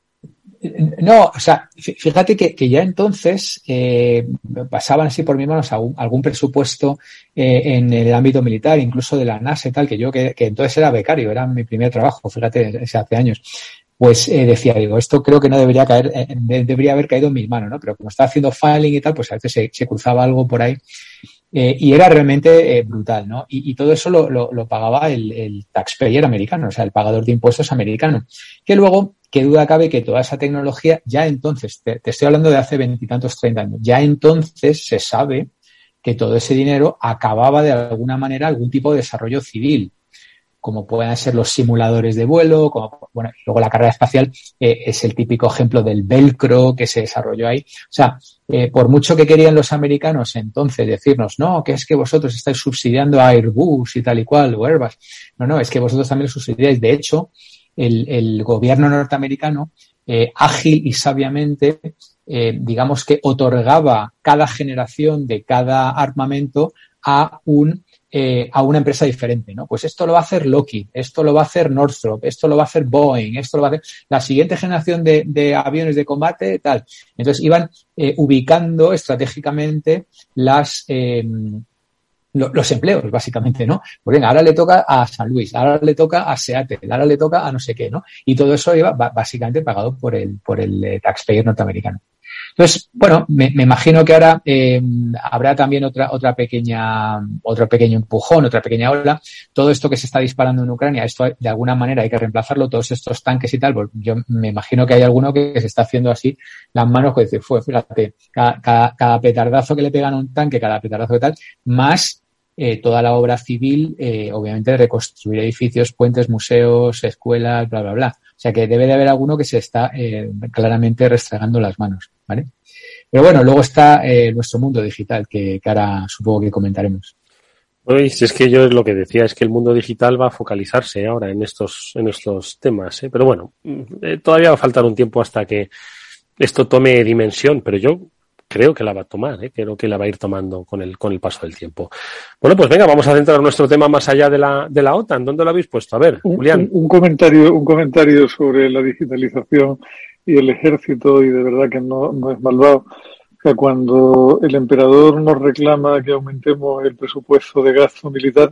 No, o sea, fíjate que, que ya entonces eh, pasaban así por mis manos algún, algún presupuesto eh, en el ámbito militar, incluso de la NASA y tal, que yo que, que entonces era becario, era mi primer trabajo, fíjate, hace años. Pues eh, decía, digo, esto creo que no debería caer, eh, debería haber caído en mis manos, ¿no? Pero como estaba haciendo filing y tal, pues a veces se, se cruzaba algo por ahí. Eh, y era realmente eh, brutal, ¿no? Y, y todo eso lo, lo, lo pagaba el, el taxpayer americano, o sea, el pagador de impuestos americano. Que luego, qué duda cabe que toda esa tecnología, ya entonces, te, te estoy hablando de hace veintitantos, treinta años, ya entonces se sabe que todo ese dinero acababa de alguna manera algún tipo de desarrollo civil, como puedan ser los simuladores de vuelo, como, bueno, luego la carrera espacial eh, es el típico ejemplo del velcro que se desarrolló ahí. O sea, eh, por mucho que querían los americanos entonces decirnos, no, que es que vosotros estáis subsidiando a Airbus y tal y cual, o Airbus. No, no, es que vosotros también lo subsidiáis. De hecho, el, el gobierno norteamericano, eh, ágil y sabiamente, eh, digamos que otorgaba cada generación de cada armamento a un Eh, a una empresa diferente, ¿no? Pues esto lo va a hacer Lockheed, esto lo va a hacer Northrop, esto lo va a hacer Boeing, esto lo va a hacer la siguiente generación de, de aviones de combate, tal. Entonces iban eh, ubicando estratégicamente las eh, lo, los empleos, básicamente, ¿no? Pues venga, ahora le toca a San Luis, ahora le toca a Seattle, ahora le toca a no sé qué, ¿no? Y todo eso iba básicamente pagado por el por el eh, taxpayer norteamericano. Entonces, bueno, me, me imagino que ahora eh, habrá también otra otra pequeña otro pequeño empujón, otra pequeña ola. Todo esto que se está disparando en Ucrania, esto de alguna manera hay que reemplazarlo, todos estos tanques y tal, pues yo me imagino que hay alguno que se está haciendo así las manos, que dice, fue, fíjate, cada, cada, cada petardazo que le pegan a un tanque, cada petardazo que tal, más eh, toda la obra civil, eh, obviamente reconstruir edificios, puentes, museos, escuelas, bla, bla, bla. O sea que debe de haber alguno que se está eh, claramente restregando las manos, ¿vale? Pero bueno, luego está eh, nuestro mundo digital, que, que ahora supongo que comentaremos. Bueno, si es que yo lo que decía es que el mundo digital va a focalizarse ahora en estos en estos temas, ¿eh? Pero bueno, eh, todavía va a faltar un tiempo hasta que esto tome dimensión, pero yo creo que la va a tomar, ¿eh? Creo que la va a ir tomando con el con el paso del tiempo. Bueno, pues venga, vamos a centrar nuestro tema más allá de la de la OTAN. ¿Dónde lo habéis puesto? A ver, Julián. Un, un comentario un comentario sobre la digitalización y el ejército, y de verdad que no, no es malvado. O sea, cuando el emperador nos reclama que aumentemos el presupuesto de gasto militar,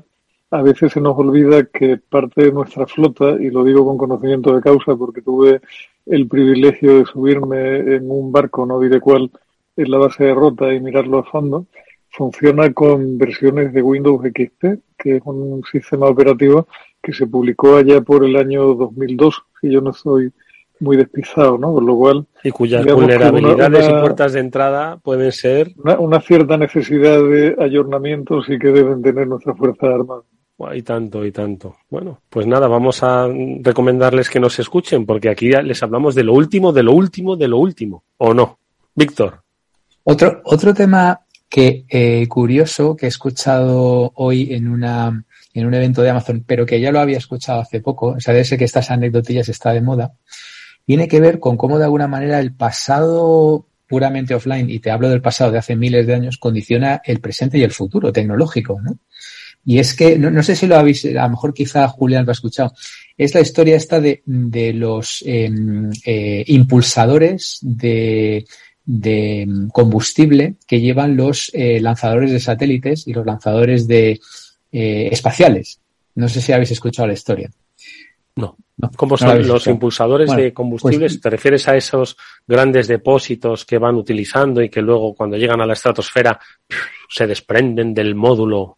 a veces se nos olvida que parte de nuestra flota, y lo digo con conocimiento de causa porque tuve el privilegio de subirme en un barco, no diré cuál, en la base de Rota y mirarlo a fondo, funciona con versiones de Windows X P, que es un sistema operativo que se publicó allá por el año dos mil dos, si yo no soy muy despistado, ¿no? Con lo cual... Y cuyas vulnerabilidades una, una, y puertas de entrada pueden ser... Una, una cierta necesidad de ayornamiento sí que deben tener nuestras Fuerzas Armadas. Y tanto, y tanto. Bueno, pues nada, vamos a recomendarles que nos escuchen, porque aquí les hablamos de lo último, de lo último, de lo último. ¿O no? Víctor. Otro, otro tema que eh, curioso que he escuchado hoy en una en un evento de Amazon, pero que ya lo había escuchado hace poco, o sea, debe ser que estas anecdotillas está de moda, tiene que ver con cómo de alguna manera el pasado puramente offline, y te hablo del pasado de hace miles de años, condiciona el presente y el futuro tecnológico, ¿no? Y es que, no, no sé si lo habéis, a lo mejor quizá Julián lo ha escuchado, es la historia esta de, de los eh, eh, impulsadores de, de combustible que llevan los eh, lanzadores de satélites y los lanzadores de eh, espaciales. No sé si habéis escuchado la historia. No. no ¿Cómo son no los escuchado. impulsadores bueno, de combustibles? Pues, ¿te refieres a esos grandes depósitos que van utilizando y que luego cuando llegan a la estratosfera se desprenden del módulo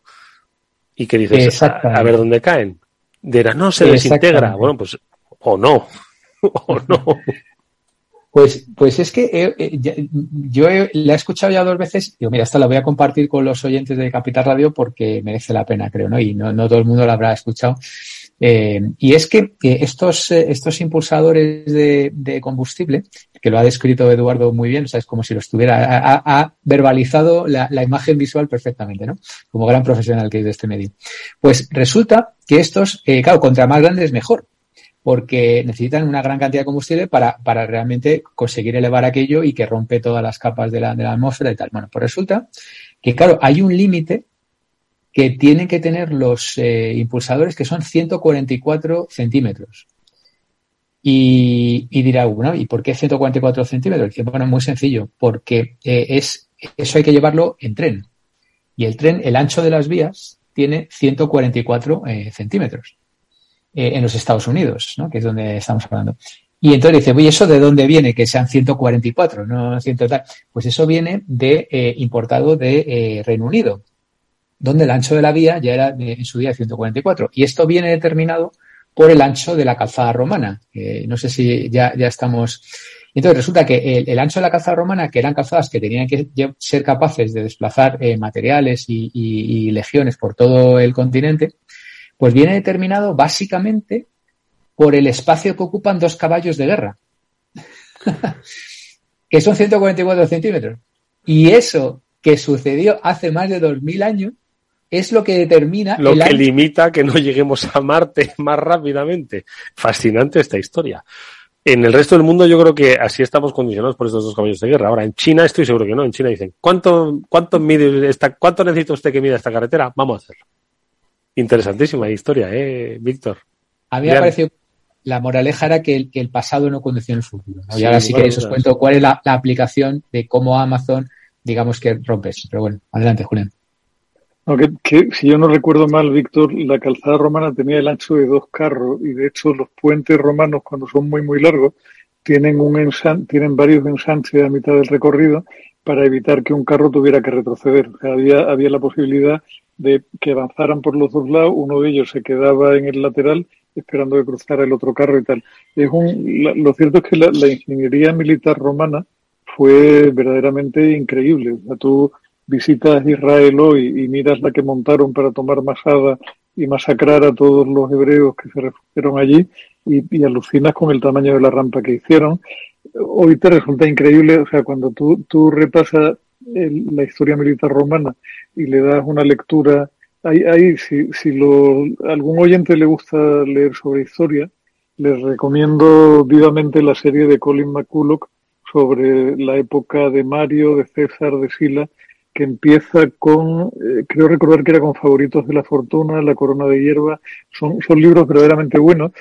y que dices, a, a ver dónde caen? Dirás, no, se desintegra. Bueno, pues, o no, o no. Pues, pues es que eh, eh, yo he, la he escuchado ya dos veces. Digo, mira, esta la voy a compartir con los oyentes de Capital Radio porque merece la pena, creo, ¿no? Y no, no todo el mundo la habrá escuchado. Eh, y es que eh, estos, eh, estos impulsadores de, de combustible, que lo ha descrito Eduardo muy bien, o sea, es como si lo estuviera, ha, ha verbalizado la, la imagen visual perfectamente, ¿no? Como gran profesional que es de este medio. Pues resulta que estos, eh, claro, contra más grandes mejor, porque necesitan una gran cantidad de combustible para, para realmente conseguir elevar aquello y que rompe todas las capas de la, de la atmósfera y tal. Bueno, pues resulta que, claro, hay un límite que tienen que tener los eh, impulsadores, que son ciento cuarenta y cuatro centímetros. Y, y dirá, bueno, ¿y por qué ciento cuarenta y cuatro centímetros? Bueno, muy sencillo, porque eh, es eso hay que llevarlo en tren. Y el tren, el ancho de las vías, tiene ciento cuarenta y cuatro eh, centímetros. Eh, en los Estados Unidos, ¿no? Que es donde estamos hablando. Y entonces dice, oye, ¿eso de dónde viene? Que sean ciento cuarenta y cuatro, no cien tal. Pues eso viene de eh, importado de eh, Reino Unido, donde el ancho de la vía ya era de, en su día ciento cuarenta y cuatro. Y esto viene determinado por el ancho de la calzada romana. Eh, no sé si ya, ya estamos... Entonces resulta que el, el ancho de la calzada romana, que eran calzadas que tenían que ser capaces de desplazar eh, materiales y, y, y legiones por todo el continente, pues viene determinado básicamente por el espacio que ocupan dos caballos de guerra, que son ciento cuarenta y cuatro centímetros. Y eso que sucedió hace más de dos mil años es lo que determina... Lo el que ancho... limita que no lleguemos a Marte más rápidamente. Fascinante esta historia. En el resto del mundo yo creo que así estamos condicionados por estos dos caballos de guerra. Ahora, en China estoy seguro que no. En China dicen, ¿cuánto, cuánto mide esta, cuánto necesita usted que mida esta carretera? Vamos a hacerlo. Interesantísima historia, ¿eh, Víctor? A mí me ha parecido, la moraleja era que el, que el pasado no condiciona el futuro, ¿no? Sí, y ahora sí que os cuento cuál es la, la aplicación de cómo Amazon, digamos que rompe eso. Pero bueno, adelante, Julián. No, que, que, si yo no recuerdo mal, Víctor, la calzada romana tenía el ancho de dos carros y de hecho los puentes romanos, cuando son muy, muy largos, tienen, un ensan, tienen varios ensanches a mitad del recorrido para evitar que un carro tuviera que retroceder. O sea, había, había la posibilidad de que avanzaran por los dos lados, uno de ellos se quedaba en el lateral esperando que cruzara el otro carro y tal. Es un, la, lo cierto es que la, la ingeniería militar romana fue verdaderamente increíble. O sea, tú visitas Israel hoy y miras la que montaron para tomar Masada y masacrar a todos los hebreos que se refugiaron allí y, y alucinas con el tamaño de la rampa que hicieron. Hoy te resulta increíble, o sea, cuando tú, tú repasas el, la historia militar romana y le das una lectura, ahí, ahí si, si lo, algún oyente le gusta leer sobre historia, les recomiendo vivamente la serie de Colin McCulloch sobre la época de Mario, de César, de Sila, que empieza con, eh, creo recordar que era con Favoritos de la Fortuna, La Corona de Hierba, son, son libros verdaderamente buenos,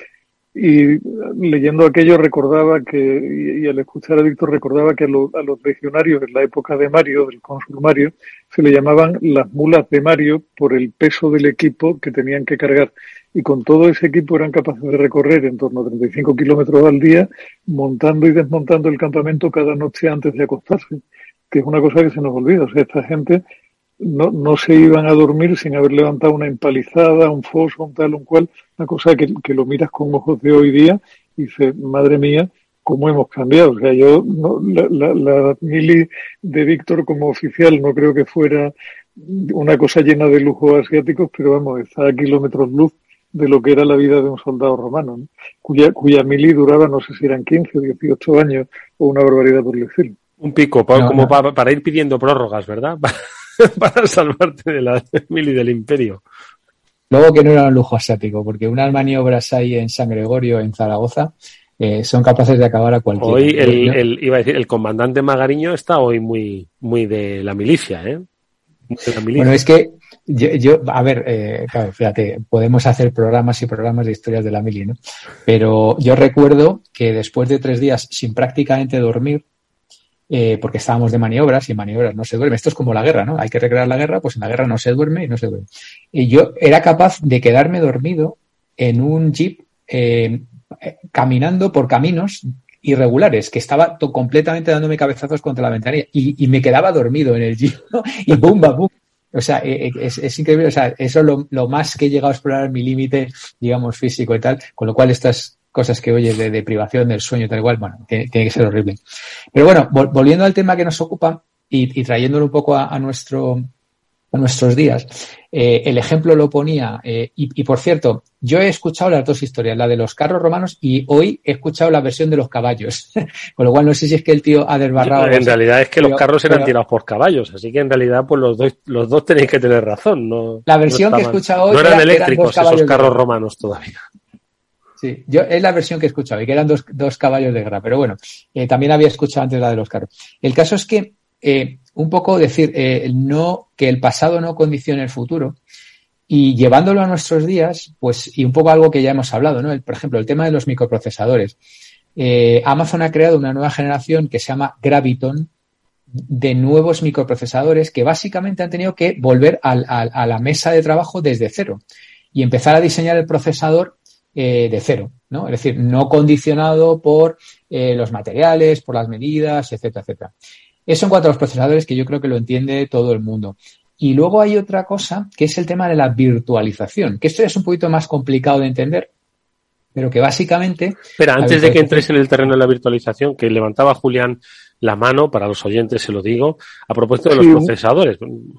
Y leyendo aquello recordaba que, y al escuchar a Víctor recordaba que a, lo, a los legionarios en la época de Mario, del cónsul Mario, se le llamaban las mulas de Mario por el peso del equipo que tenían que cargar. Y con todo ese equipo eran capaces de recorrer en torno a treinta y cinco kilómetros al día, montando y desmontando el campamento cada noche antes de acostarse, que es una cosa que se nos olvida. O sea, esta gente no, no se iban a dormir sin haber levantado una empalizada, un foso, un tal, un cual, una cosa que, que lo miras con ojos de hoy día y dices, madre mía, cómo hemos cambiado. O sea, yo, no, la, la, la mili de Víctor como oficial no creo que fuera una cosa llena de lujos asiáticos, pero vamos, está a kilómetros luz de lo que era la vida de un soldado romano, ¿no? Cuya, cuya mili duraba, no sé si eran quince o dieciocho años o una barbaridad por decirlo. Un pico, para, no, como no. Para, para ir pidiendo prórrogas, ¿verdad? Para salvarte de la mili del imperio. Luego que no era un lujo asiático, porque unas maniobras ahí en San Gregorio, en Zaragoza, eh, son capaces de acabar a cualquiera. Hoy el, el, iba a decir, el comandante Magariño está hoy muy, muy de la milicia, ¿eh? De la milicia. Bueno, es que yo, yo a ver, eh, claro, fíjate, podemos hacer programas y programas de historias de la mili, ¿no? Pero yo recuerdo que después de tres días sin prácticamente dormir, Eh, porque estábamos de maniobras y en maniobras no se duerme. Esto es como la guerra, ¿no? Hay que recrear la guerra, pues en la guerra no se duerme y no se duerme. Y yo era capaz de quedarme dormido en un jeep eh, caminando por caminos irregulares, que estaba to- completamente dándome cabezazos contra la ventanilla y, y me quedaba dormido en el jeep, ¿no? Y bum, bum, bum. O sea, es, es increíble. O sea, eso es lo, lo más que he llegado a explorar mi límite, digamos, físico y tal, con lo cual estas cosas que oyes de, de privación del sueño y tal igual, bueno, tiene, tiene que ser horrible. Pero bueno, vol- volviendo al tema que nos ocupa y, y trayéndolo un poco a, a nuestro a nuestros días, eh, el ejemplo lo ponía, eh, y, y por cierto, yo he escuchado las dos historias, la de los carros romanos y hoy he escuchado la versión de los caballos, con lo cual no sé si es que el tío ha desbarrado. En realidad es que pero, los carros eran pero, tirados por caballos, así que en realidad pues los dos, los dos tenéis que tener razón. No, la versión no que he escuchado hoy no eran era, eléctricos eran esos carros romanos todavía. Sí, yo es la versión que he escuchado y que eran dos, dos caballos de guerra, pero bueno, eh, también había escuchado antes la de los carros. El caso es que eh, un poco decir eh, no que el pasado no condicione el futuro y llevándolo a nuestros días, pues y un poco algo que ya hemos hablado, ¿no? El, por ejemplo, el tema de los microprocesadores. Eh, Amazon ha creado una nueva generación que se llama Graviton de nuevos microprocesadores que básicamente han tenido que volver al, al, a la mesa de trabajo desde cero y empezar a diseñar el procesador Eh, de cero, ¿no? Es decir, no condicionado por eh, los materiales, por las medidas, etcétera, etcétera. Eso en cuanto a los procesadores, que yo creo que lo entiende todo el mundo. Y luego hay otra cosa, que es el tema de la virtualización, que esto ya es un poquito más complicado de entender, pero que básicamente... Espera, antes de que entres en el terreno de la virtualización, que levantaba Julián la mano, para los oyentes se lo digo, a propósito de los sí. procesadores.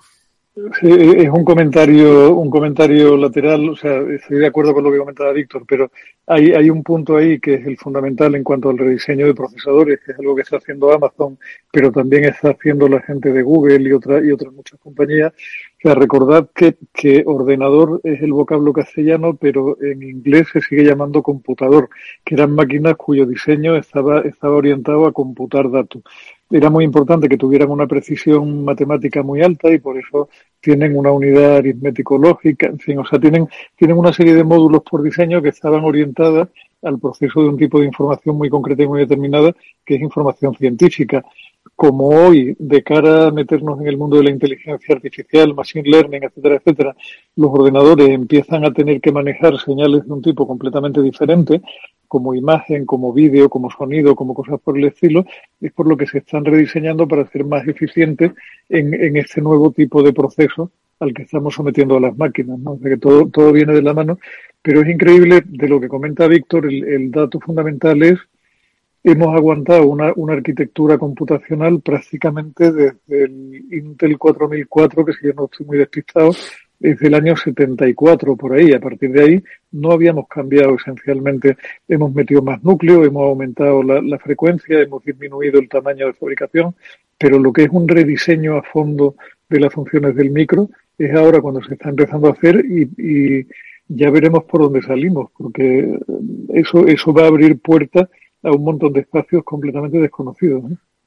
Sí, es un comentario, un comentario lateral, o sea, estoy de acuerdo con lo que comentaba Víctor, pero hay, hay un punto ahí que es el fundamental en cuanto al rediseño de procesadores, que es algo que está haciendo Amazon, pero también está haciendo la gente de Google y otras, y otras muchas compañías. O sea, recordad que, que ordenador es el vocablo castellano, pero en inglés se sigue llamando computador, que eran máquinas cuyo diseño estaba, estaba orientado a computar datos. Era muy importante que tuvieran una precisión matemática muy alta y por eso tienen una unidad aritmético-lógica, en fin, o sea, tienen, tienen una serie de módulos por diseño que estaban orientadas al proceso de un tipo de información muy concreta y muy determinada, que es información científica. Como hoy, de cara a meternos en el mundo de la inteligencia artificial, machine learning, etcétera, etcétera, los ordenadores empiezan a tener que manejar señales de un tipo completamente diferente, como imagen, como vídeo, como sonido, como cosas por el estilo, es por lo que se están rediseñando para ser más eficientes en, en este nuevo tipo de proceso al que estamos sometiendo a las máquinas, ¿no? O sea que todo, todo viene de la mano, pero es increíble de lo que comenta Víctor, el, el dato fundamental es hemos aguantado una, una arquitectura computacional prácticamente desde el Intel cuatro mil cuatro, que si yo no estoy muy despistado, desde el año setenta y cuatro, por ahí. A partir de ahí no habíamos cambiado esencialmente. Hemos metido más núcleo, hemos aumentado la, la frecuencia, hemos disminuido el tamaño de fabricación, pero lo que es un rediseño a fondo de las funciones del micro es ahora cuando se está empezando a hacer y, y ya veremos por dónde salimos, porque eso, eso va a abrir puertas a un montón de espacios completamente desconocidos, ¿no?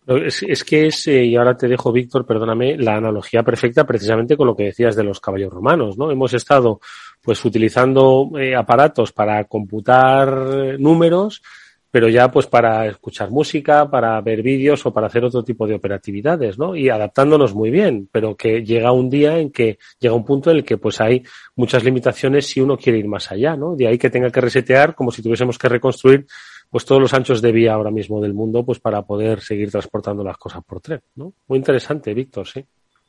Es, es que es, eh, y ahora te dejo, Víctor, perdóname, la analogía perfecta precisamente con lo que decías de los caballos romanos, ¿no? Hemos estado pues utilizando eh, aparatos para computar números, pero ya pues para escuchar música, para ver vídeos o para hacer otro tipo de operatividades, ¿no? Y adaptándonos muy bien, pero que llega un día en que, llega un punto en el que pues hay muchas limitaciones si uno quiere ir más allá, ¿no? De ahí que tenga que resetear como si tuviésemos que reconstruir pues todos los anchos de vía ahora mismo del mundo, pues para poder seguir transportando las cosas por tren, ¿no? Muy interesante, Víctor, sí.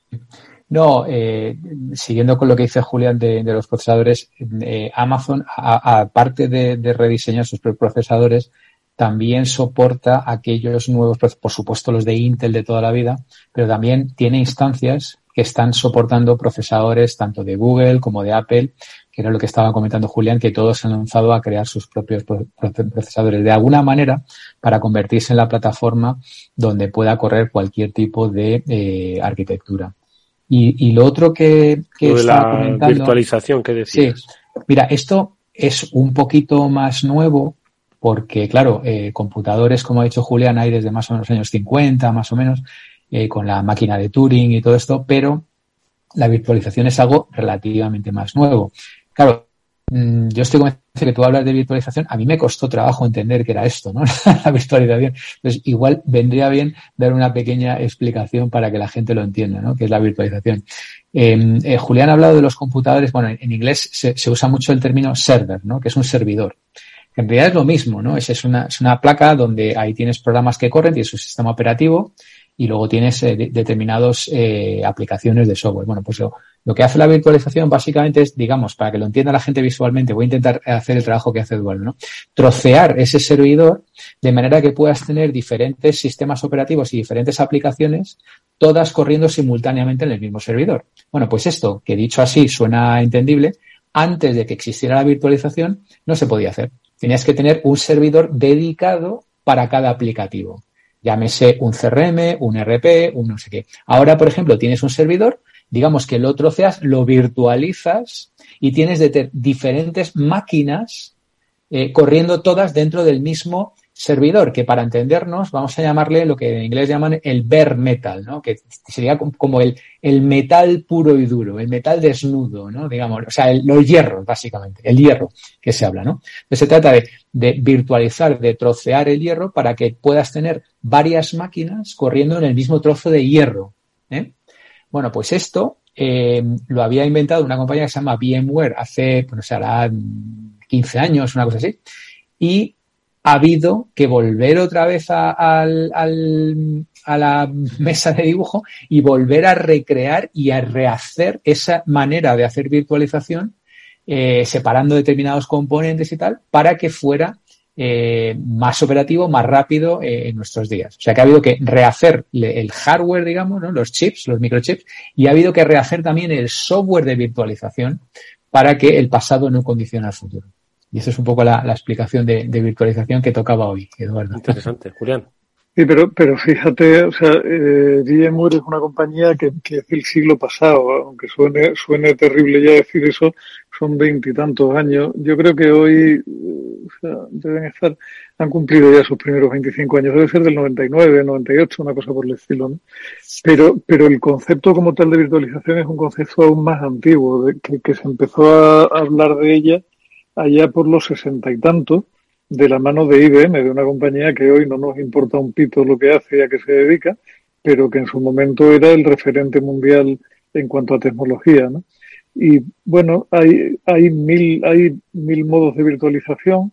No, eh, siguiendo con lo que dice Julián de, de los procesadores, eh, Amazon, aparte de, de rediseñar sus procesadores, también soporta aquellos nuevos, por supuesto los de Intel de toda la vida, pero también tiene instancias que están soportando procesadores tanto de Google como de Apple, que era lo que estaba comentando Julián, que todos se han lanzado a crear sus propios procesadores de alguna manera para convertirse en la plataforma donde pueda correr cualquier tipo de eh, arquitectura. Y, y lo otro que, que lo de estaba la comentando, virtualización que decías. Sí, mira, esto es un poquito más nuevo porque, claro, eh, computadores, como ha dicho Julián, hay desde más o menos los años cincuenta, más o menos, eh, con la máquina de Turing y todo esto, pero la virtualización es algo relativamente más nuevo. Claro, mmm, yo estoy convencido que tú hablas de virtualización, a mí me costó trabajo entender qué era esto, ¿no? La virtualización. Entonces, igual vendría bien dar una pequeña explicación para que la gente lo entienda, ¿no? ¿Qué es la virtualización? Eh, eh, Julián ha hablado de los computadores, bueno, en, en inglés se, se usa mucho el término server, ¿no? Que es un servidor. En realidad es lo mismo, ¿no? Es, es, una, es una placa donde ahí tienes programas que corren, tienes un sistema operativo y luego tienes eh, de, determinadas eh, aplicaciones de software. Bueno, pues lo, lo que hace la virtualización básicamente es, digamos, para que lo entienda la gente visualmente, voy a intentar hacer el trabajo que hace Eduardo, ¿no? Trocear ese servidor de manera que puedas tener diferentes sistemas operativos y diferentes aplicaciones, todas corriendo simultáneamente en el mismo servidor. Bueno, pues esto, que dicho así suena entendible, antes de que existiera la virtualización no se podía hacer. Tenías que tener un servidor dedicado para cada aplicativo. Llámese un C R M, un E R P, un no sé qué. Ahora, por ejemplo, tienes un servidor, digamos que lo troceas, lo virtualizas y tienes de ter- diferentes máquinas eh, corriendo todas dentro del mismo servidor, que para entendernos vamos a llamarle lo que en inglés llaman el bare metal, ¿no? Que sería como el, el metal puro y duro, el metal desnudo, ¿no? Digamos, o sea, el, los hierros, básicamente, el hierro que se habla, ¿no? Entonces se trata de, de virtualizar, de trocear el hierro para que puedas tener varias máquinas corriendo en el mismo trozo de hierro, ¿eh? Bueno, pues esto eh, lo había inventado una compañía que se llama VMware hace, pues no sé, hará quince años, una cosa así, y ha habido que volver otra vez a, al, al, a la mesa de dibujo y volver a recrear y a rehacer esa manera de hacer virtualización, eh, separando determinados componentes y tal, para que fuera eh, más operativo, más rápido eh, en nuestros días. O sea que ha habido que rehacer el hardware, digamos, ¿no? Los chips, los microchips, y ha habido que rehacer también el software de virtualización para que el pasado no condicione al futuro. Y eso es un poco la, la explicación de, de virtualización que tocaba hoy, Eduardo. Interesante, Julián. Sí, pero, pero fíjate, o sea, eh, VMware es una compañía que, que es del siglo pasado, aunque suene, suene terrible ya decir eso, son veintitantos años. Yo creo que hoy, o sea, deben estar, han cumplido ya sus primeros veinticinco años, debe ser del noventa y nueve, noventa y ocho, una cosa por el estilo, ¿no? Pero, pero el concepto como tal de virtualización es un concepto aún más antiguo, de, que, que se empezó a hablar de ella allá por los sesenta y tantos, de la mano de I B M, de una compañía que hoy no nos importa un pito lo que hace y a qué se dedica, pero que en su momento era el referente mundial en cuanto a tecnología, ¿no? Y bueno, hay, hay mil, hay mil modos de virtualización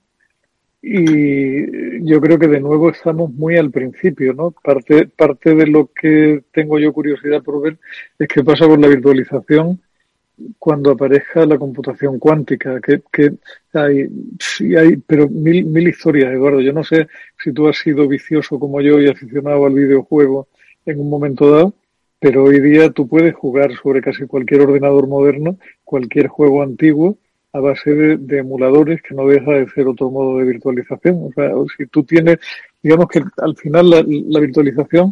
y yo creo que de nuevo estamos muy al principio, ¿no? Parte, parte de lo que tengo yo curiosidad por ver es qué pasa con la virtualización cuando aparezca la computación cuántica, que, que hay, sí hay, pero mil, mil historias, Eduardo. Yo no sé si tú has sido vicioso como yo y aficionado al videojuego en un momento dado, pero hoy día tú puedes jugar sobre casi cualquier ordenador moderno, cualquier juego antiguo, a base de, de emuladores, que no deja de ser otro modo de virtualización. O sea, si tú tienes, digamos que al final la, la virtualización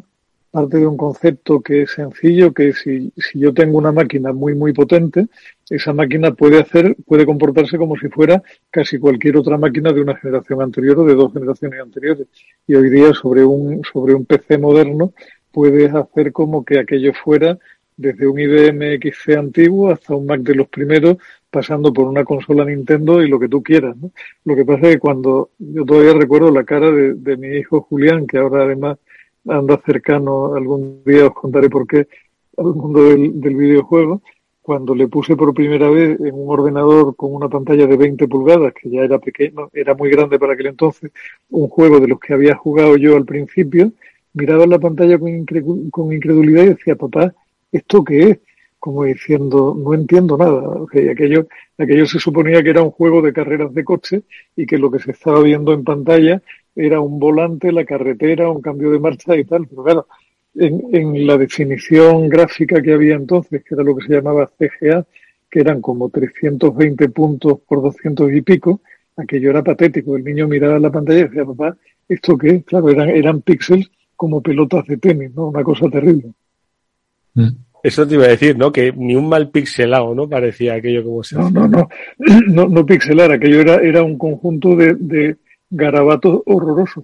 parte de un concepto que es sencillo, que si, si yo tengo una máquina muy, muy potente, esa máquina puede hacer, puede comportarse como si fuera casi cualquier otra máquina de una generación anterior o de dos generaciones anteriores. Y hoy día sobre un, sobre un P C moderno puedes hacer como que aquello fuera desde un I B M X C antiguo hasta un Mac de los primeros, pasando por una consola Nintendo y lo que tú quieras, ¿no? Lo que pasa es que cuando yo todavía recuerdo la cara de, de mi hijo Julián, que ahora además anda cercano, algún día os contaré por qué, al mundo del, del videojuego, cuando le puse por primera vez en un ordenador con una pantalla de veinte pulgadas, que ya era pequeño, era muy grande para aquel entonces, un juego de los que había jugado yo al principio, miraba la pantalla con, incre- con incredulidad y decía, papá, ¿esto qué es? Como diciendo, no entiendo nada. O sea, aquello, aquello se suponía que era un juego de carreras de coche y que lo que se estaba viendo en pantalla era un volante, la carretera, un cambio de marcha y tal. Pero claro, en, en la definición gráfica que había entonces, que era lo que se llamaba C G A, que eran como trescientos veinte puntos por doscientos y pico, aquello era patético. El niño miraba la pantalla y decía, papá, ¿esto qué es? Claro, eran, eran píxeles como pelotas de tenis, ¿no? Una cosa terrible. Mm. Eso te iba a decir, ¿no? Que ni un mal pixelado, ¿no? Parecía aquello como se... No, no, no, no, no pixelar, aquello era, era un conjunto de, de garabatos horrorosos.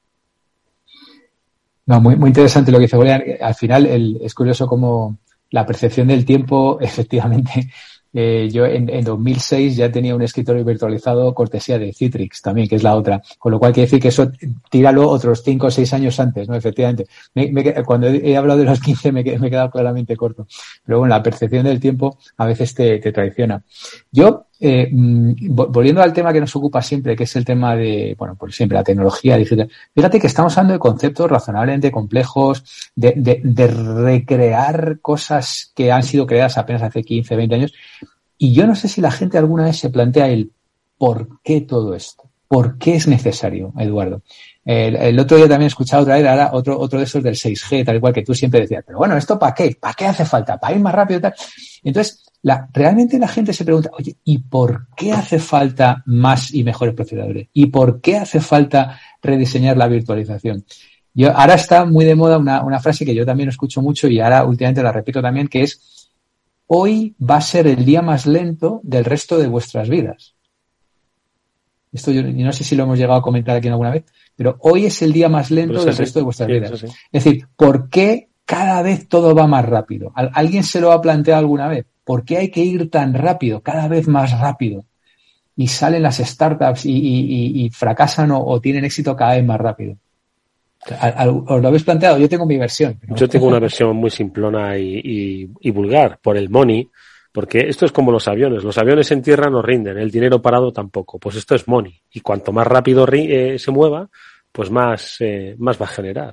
No, muy, muy interesante lo que dice Julián. Al final el, es curioso cómo la percepción del tiempo, efectivamente, eh, yo en, en dos mil seis ya tenía un escritorio virtualizado cortesía de Citrix también, que es la otra. Con lo cual quiere decir que eso tíralo otros cinco o seis años antes, ¿no? Efectivamente. Me, me, cuando he hablado de los quince me, me he quedado claramente corto. Pero bueno, la percepción del tiempo a veces te, te traiciona. Yo, eh, volviendo al tema que nos ocupa siempre, que es el tema de, bueno, por siempre, la tecnología digital. Fíjate que estamos hablando de conceptos razonablemente complejos, de, de, de recrear cosas que han sido creadas apenas hace quince, veinte años. Y yo no sé si la gente alguna vez se plantea el ¿por qué todo esto? ¿Por qué es necesario, Eduardo? El, el otro día también he escuchado otra vez ahora otro, otro de esos del seis G, tal y cual que tú siempre decías, pero bueno, ¿esto para qué? ¿Para qué hace falta? ¿Para ir más rápido? Tal. Entonces, la, realmente la gente se pregunta, oye, ¿y por qué hace falta más y mejores procesadores? ¿Y por qué hace falta rediseñar la virtualización? Yo, ahora está muy de moda una, una frase que yo también escucho mucho y ahora últimamente la repito también, que es, hoy va a ser el día más lento del resto de vuestras vidas. Esto yo no sé si lo hemos llegado a comentar aquí alguna vez, pero hoy es el día más lento del resto de vuestras vidas. Sí. Es decir, ¿por qué cada vez todo va más rápido? ¿Alguien se lo ha planteado alguna vez? ¿Por qué hay que ir tan rápido, cada vez más rápido? Y salen las startups y, y, y fracasan o, o tienen éxito cada vez más rápido. ¿Os lo habéis planteado? Yo tengo mi versión. ¿No? Yo tengo una versión muy simplona y, y, y vulgar, por el money. Porque esto es como los aviones. Los aviones en tierra no rinden, el dinero parado tampoco. Pues esto es money. Y cuanto más rápido eh, se mueva, pues más, eh, más va a generar.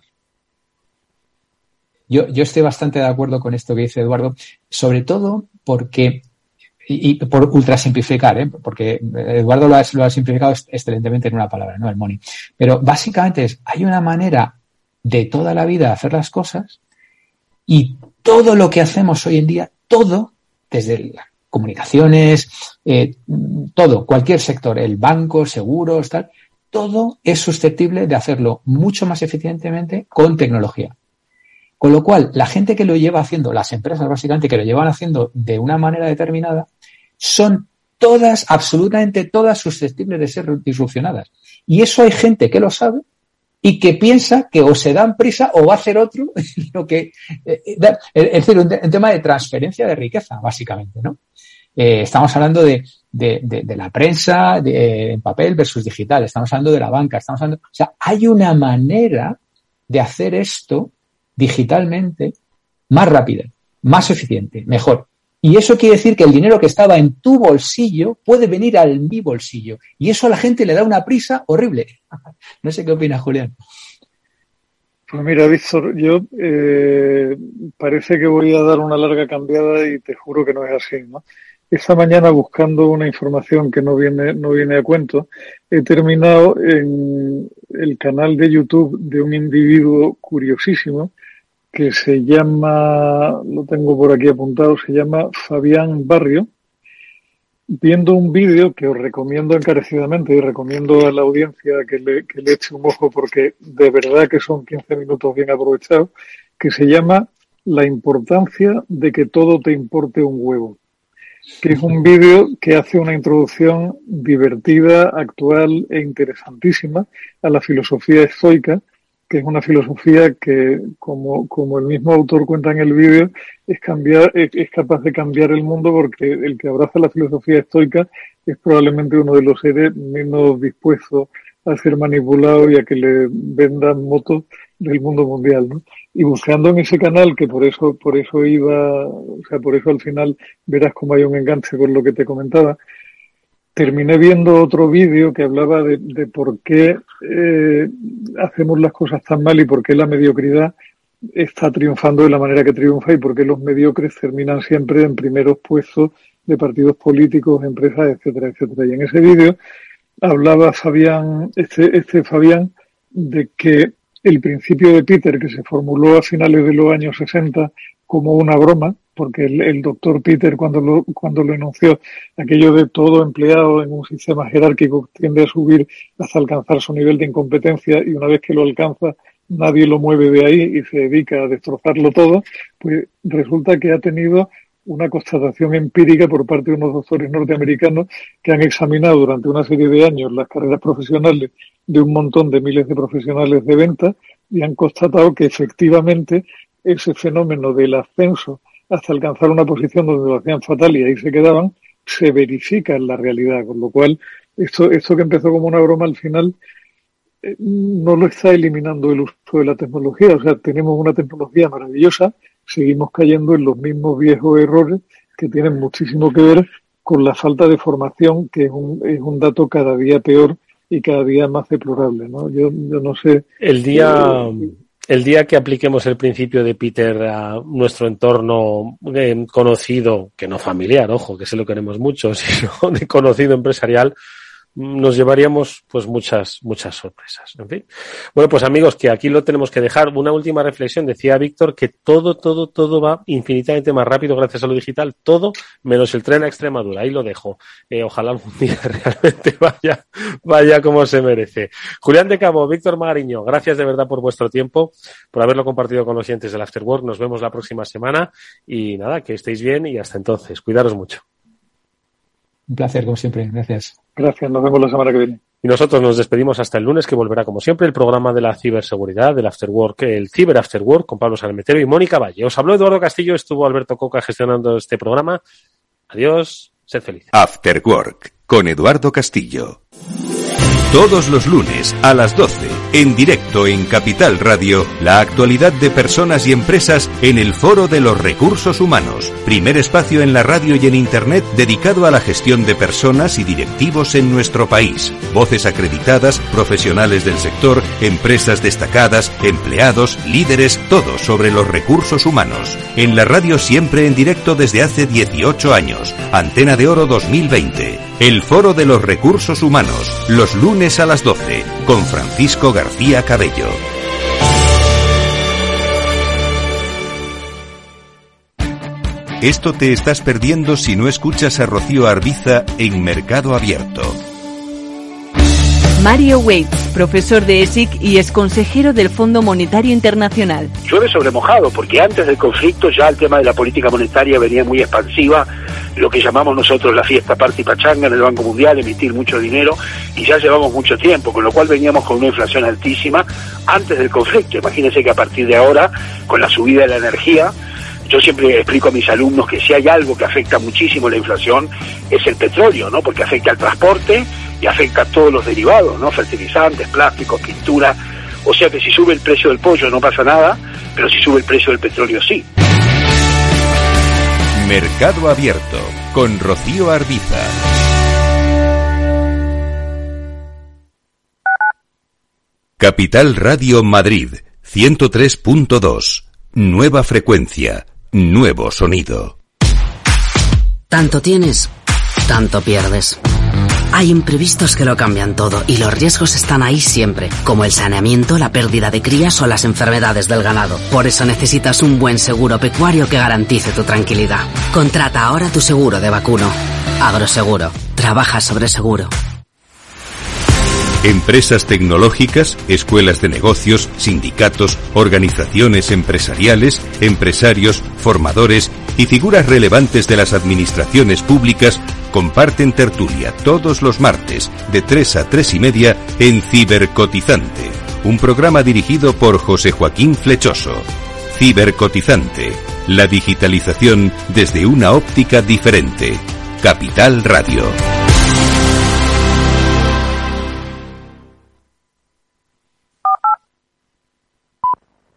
Yo, yo estoy bastante de acuerdo con esto que dice Eduardo, sobre todo porque, y, y por ultrasimplificar, ¿eh? Porque Eduardo lo ha, lo ha simplificado excelentemente en una palabra, ¿no? El money. Pero básicamente es, hay una manera de toda la vida de hacer las cosas y todo lo que hacemos hoy en día, todo, desde las comunicaciones, eh, todo, cualquier sector, el banco, seguros, tal, todo es susceptible de hacerlo mucho más eficientemente con tecnología. Con lo cual, la gente que lo lleva haciendo, las empresas básicamente que lo llevan haciendo de una manera determinada, son todas, absolutamente todas susceptibles de ser disrupcionadas. Y eso hay gente que lo sabe y que piensa que o se dan prisa o va a hacer otro, lo que, eh, es decir, un, un tema de transferencia de riqueza, básicamente, ¿no? Eh, estamos hablando de, de, de, de la prensa de, eh, en papel versus digital, estamos hablando de la banca, estamos hablando, o sea, hay una manera de hacer esto digitalmente más rápida, más eficiente, mejor. Y eso quiere decir que el dinero que estaba en tu bolsillo puede venir al mi bolsillo. Y eso a la gente le da una prisa horrible. No sé qué opina Julián. Pues mira, Víctor, yo eh, parece que voy a dar una larga cambiada y te juro que no es así, ¿no? Esta mañana, buscando una información que no viene, no viene a cuento, he terminado en el canal de YouTube de un individuo curiosísimo que se llama, lo tengo por aquí apuntado, se llama Fabián Barrio, viendo un vídeo que os recomiendo encarecidamente y recomiendo a la audiencia que le, que le eche un ojo porque de verdad que son quince minutos bien aprovechados, que se llama La importancia de que todo te importe un huevo, que es un vídeo que hace una introducción divertida, actual e interesantísima a la filosofía estoica, que es una filosofía que, como, como el mismo autor cuenta en el vídeo, es, cambiar, es, es capaz de cambiar el mundo porque el que abraza la filosofía estoica es probablemente uno de los seres menos dispuestos a ser manipulado y a que le vendan motos del mundo mundial, ¿no? Y buscando en ese canal, que por eso, por eso iba, o sea, por eso al final verás cómo hay un enganche con lo que te comentaba, terminé viendo otro vídeo que hablaba de, de por qué eh, hacemos las cosas tan mal y por qué la mediocridad está triunfando de la manera que triunfa y por qué los mediocres terminan siempre en primeros puestos de partidos políticos, empresas, etcétera, etcétera. Y en ese vídeo hablaba Fabián, este, este Fabián, de que el principio de Peter, que se formuló a finales de los años sesenta como una broma, porque el, el doctor Peter cuando lo, cuando lo enunció, aquello de todo empleado en un sistema jerárquico tiende a subir hasta alcanzar su nivel de incompetencia y una vez que lo alcanza nadie lo mueve de ahí y se dedica a destrozarlo todo, pues resulta que ha tenido una constatación empírica por parte de unos doctores norteamericanos que han examinado durante una serie de años las carreras profesionales de un montón de miles de profesionales de venta y han constatado que efectivamente ese fenómeno del ascenso hasta alcanzar una posición donde lo hacían fatal y ahí se quedaban, se verifica en la realidad, con lo cual esto, esto que empezó como una broma al final eh, no lo está eliminando el uso de la tecnología, o sea, tenemos una tecnología maravillosa, seguimos cayendo en los mismos viejos errores que tienen muchísimo que ver con la falta de formación, que es un, es un dato cada día peor y cada día más deplorable, ¿no? Yo, yo no sé. El día, eh, el día que apliquemos el principio de Peter a nuestro entorno eh, conocido, que no familiar, ojo, que se lo queremos mucho, sino de conocido empresarial, nos llevaríamos pues muchas, muchas sorpresas. En fin. Bueno, pues amigos, que aquí lo tenemos que dejar. Una última reflexión. Decía Víctor que todo, todo, todo va infinitamente más rápido gracias a lo digital. Todo menos el tren a Extremadura. Ahí lo dejo. Eh, ojalá algún día realmente vaya, vaya como se merece. Julián de Cabo, Víctor Magariño, gracias de verdad por vuestro tiempo, por haberlo compartido con los oyentes del After Work. Nos vemos la próxima semana y nada, que estéis bien y hasta entonces. Cuidaros mucho. Un placer, como siempre. Gracias. Gracias, nos vemos la semana que viene. Y nosotros nos despedimos hasta el lunes, que volverá como siempre el programa de la ciberseguridad, del After Work, el Ciber After Work, con Pablo Salmetero y Mónica Valle. Os habló Eduardo Castillo, estuvo Alberto Coca gestionando este programa. Adiós, sed felices. After Work, con Eduardo Castillo. Todos los lunes a las doce, en directo en Capital Radio, la actualidad de personas y empresas en el Foro de los Recursos Humanos, primer espacio en la radio y en Internet dedicado a la gestión de personas y directivos en nuestro país. Voces acreditadas, profesionales del sector, empresas destacadas, empleados, líderes, todo sobre los recursos humanos. En la radio siempre en directo desde hace dieciocho años. Antena de Oro dos mil veinte. El Foro de los Recursos Humanos, los lunes a las doce, con Francisco García Cabello. Esto te estás perdiendo si no escuchas a Rocío Arbiza en Mercado Abierto. Mario Waits, profesor de E S I C y exconsejero del Fondo Monetario Internacional. Llueve sobre mojado, porque antes del conflicto ya el tema de la política monetaria venía muy expansiva, lo que llamamos nosotros la fiesta party pachanga en el Banco Mundial, emitir mucho dinero, y ya llevamos mucho tiempo, con lo cual veníamos con una inflación altísima antes del conflicto. Imagínense que a partir de ahora, con la subida de la energía, yo siempre explico a mis alumnos que si hay algo que afecta muchísimo la inflación es el petróleo, ¿no? Porque afecta al transporte y afecta a todos los derivados, ¿no? Fertilizantes, plásticos, pintura. O sea que si sube el precio del pollo no pasa nada, pero si sube el precio del petróleo sí. Mercado Abierto con Rocío Arbiza. Capital Radio Madrid ciento tres punto dos. Nueva frecuencia, nuevo sonido. Tanto tienes, tanto pierdes. Hay imprevistos que lo cambian todo y los riesgos están ahí siempre, como el saneamiento, la pérdida de crías o las enfermedades del ganado. Por eso necesitas un buen seguro pecuario que garantice tu tranquilidad. Contrata ahora tu seguro de vacuno. Agroseguro. Trabaja sobre seguro. Empresas tecnológicas, escuelas de negocios, sindicatos, organizaciones empresariales, empresarios, formadores y figuras relevantes de las administraciones públicas comparten tertulia todos los martes de tres a tres y media en Cibercotizante, un programa dirigido por José Joaquín Flechoso. Cibercotizante, la digitalización desde una óptica diferente. Capital Radio.